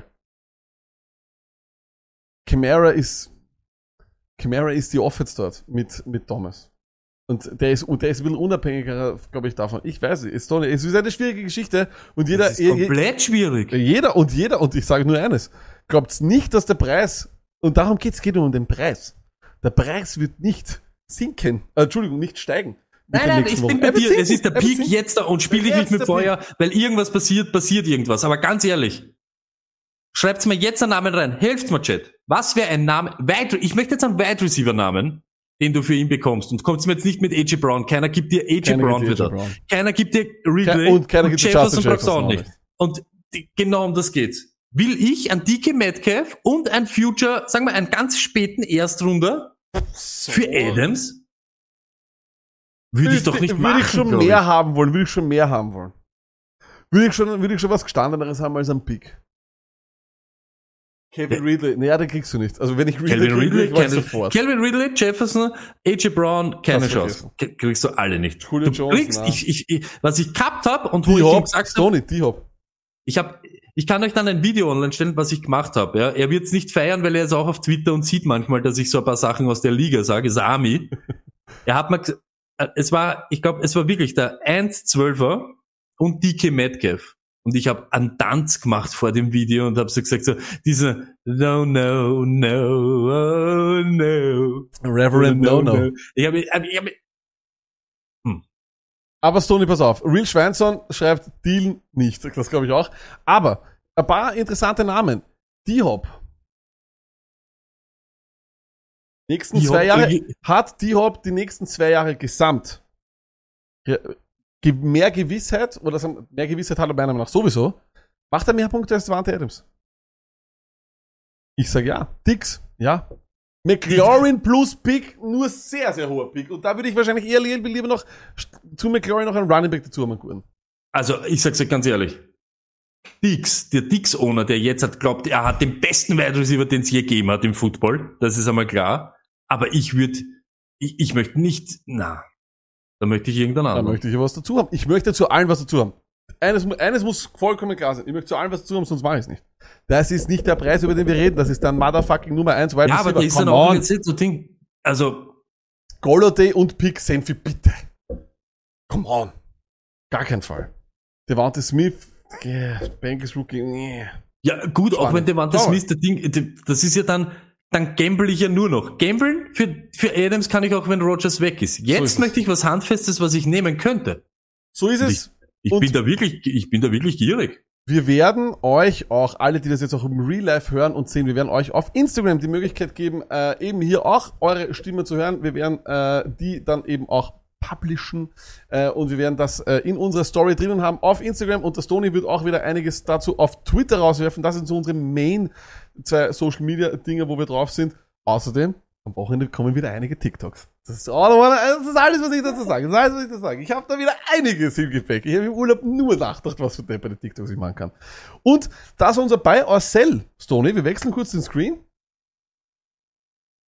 Kamara ist die Offense dort mit Thomas. Und der ist ein bisschen unabhängiger, glaube ich, davon. Ich weiß nicht, es ist eine schwierige Geschichte und jeder... Das ist komplett schwierig. Jeder, und ich sage nur eines, glaubt's nicht, dass der Preis, und darum geht um den Preis. Der Preis wird nicht sinken, nicht steigen. Nein, ich bin bei dir. Es ist der Peak jetzt da und spiel dich nicht mit Feuer, weil irgendwas passiert irgendwas. Aber ganz ehrlich, schreibt's mir jetzt einen Namen rein. Helft mir, Chat. Was wäre ein Name? Ich möchte jetzt einen Wide Receiver Namen, den du für ihn bekommst. Und kommt's mir jetzt nicht mit AJ Brown. Keiner gibt dir AJ Brown wieder. Keiner gibt dir Ridley und keiner gibt dir Jefferson brauchst auch nicht. Und genau um das geht's. Will ich ein DK Metcalf und ein Future, sagen wir einen ganz späten Erstrunder für Adams? Würde ich doch nicht machen. Würde ich schon mehr haben wollen. Würde ich schon was Gestandeneres haben als ein Pick. Calvin Ridley, naja, den kriegst du nicht. Also wenn ich Ridley kriege, sofort. Calvin Ridley, Jefferson, AJ Brown, keine Chance. Kriegst du alle nicht. Julio Jones, was ich gehabt habe und wo ich ihm gesagt habe, ich kann euch dann ein Video online stellen, was ich gemacht habe. Ja. Er wird's nicht feiern, weil er ist auch auf Twitter und sieht manchmal, dass ich so ein paar Sachen aus der Liga sage, ist Army. Er hat mir es war wirklich der 1-12er und DK Metcalf. Und ich habe einen Tanz gemacht vor dem Video und habe so gesagt, so, dieser No. Reverend No. Aber Stoney, pass auf. Real Schweinson schreibt Deal nicht. Das glaube ich auch. Aber ein paar interessante Namen. D-Hop. Nächsten 2 Jahre hat D-Hop die nächsten 2 Jahre gesamt. Mehr Gewissheit, mehr Gewissheit hat er meiner Meinung nach sowieso. Macht er mehr Punkte als Davante Adams? Ich sage ja. Dix, ja. McLaurin plus Pick, nur sehr, sehr hoher Pick. Und da würde ich wahrscheinlich eher lieber noch zu McLaurin noch einen Running Back dazu haben können. Also, ich sag's euch ganz ehrlich. Dix, der Dix-Owner, der jetzt glaubt, er hat den besten Wide Receiver, den es je gegeben hat im Football. Das ist einmal klar. Aber ich möchte nicht, da möchte ich irgendeinen anderen. Da möchte ich was dazu haben. Ich möchte zu allen was dazu haben. Eines muss vollkommen klar sein. Ich möchte zu allen was dazu haben, sonst mache ich es nicht. Das ist nicht der Preis, über den wir reden. Das ist dann Motherfucking Nummer 1. Ja, aber der ist dann auch jetzt so Ding. Also. Golladay und Pick Senfi, bitte. Come on. Gar kein Fall. Devante Smith, Bengals Rookie, Ja, gut, spannend. Auch wenn Devante Smith das ist ja dann gamble ich ja nur noch. Gamblen für Adams kann ich auch, wenn Rodgers weg ist. Jetzt möchte ich was Handfestes, was ich nehmen könnte. So ist es. Ich bin da wirklich gierig. Wir werden euch auch, alle, die das jetzt auch im Real Life hören und sehen, wir werden euch auf Instagram die Möglichkeit geben, eben hier auch eure Stimme zu hören. Wir werden die dann eben auch publishen und wir werden das in unserer Story drinnen haben auf Instagram und der Stoney wird auch wieder einiges dazu auf Twitter rauswerfen. Das sind so unsere Main 2 Social Media Dinge, wo wir drauf sind. Außerdem, am Wochenende kommen wieder einige TikToks. Das ist alles, was ich dazu sage. Ich habe da wieder einiges im Gepäck. Ich habe im Urlaub nur nachgedacht, was für bei den TikToks ich machen kann. Und das war unser Buy or Sell, Stoney. Wir wechseln kurz den Screen.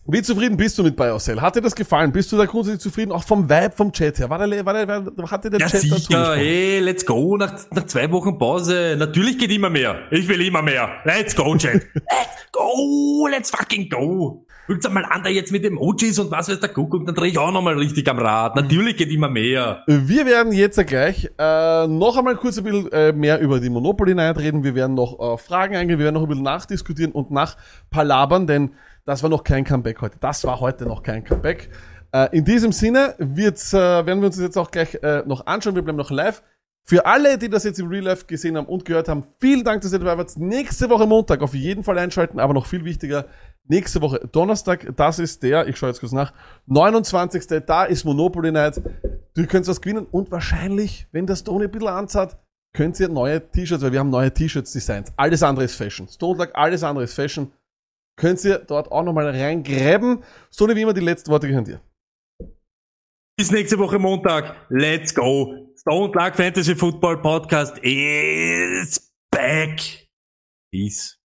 Wie zufrieden bist du mit BioCell? Hat dir das gefallen? Bist du da grundsätzlich zufrieden? Auch vom Vibe, vom Chat her? Hat dir der Ja, Chat dazu sicher, gesprochen? hey, let's go, nach 2 Wochen Pause. Natürlich geht immer mehr. Ich will immer mehr. Let's go, Chat. Let's go, let's fucking go. Guckt's einmal an, da jetzt mit Emojis und was weiß der Kuckuck, dann drehe ich auch nochmal richtig am Rad. Natürlich geht immer mehr. Wir werden jetzt gleich noch einmal kurz ein bisschen mehr über die Monopoly Night reden. Wir werden noch Fragen eingehen, wir werden noch ein bisschen nachdiskutieren und nachpalabern, denn das war noch kein Comeback heute. Das war heute noch kein Comeback. In diesem Sinne werden wir uns das jetzt auch gleich noch anschauen. Wir bleiben noch live. Für alle, die das jetzt im Real Life gesehen haben und gehört haben, vielen Dank, dass ihr dabei wart. Nächste Woche Montag auf jeden Fall einschalten, aber noch viel wichtiger, nächste Woche Donnerstag, das ist ich schaue jetzt kurz nach, 29. Da ist Monopoly Night. Du könnt was gewinnen und wahrscheinlich, wenn der Stone ein bisschen anzahlt, könnt ihr neue T-Shirts, weil wir haben neue T-Shirts-Designs. Alles andere ist Fashion. Stone Luck, alles andere ist Fashion. Könnt ihr dort auch nochmal reingräben. Stone, wie immer, die letzten Worte gehören dir. Bis nächste Woche Montag. Let's go. Stone Luck Fantasy Football Podcast is back. Peace.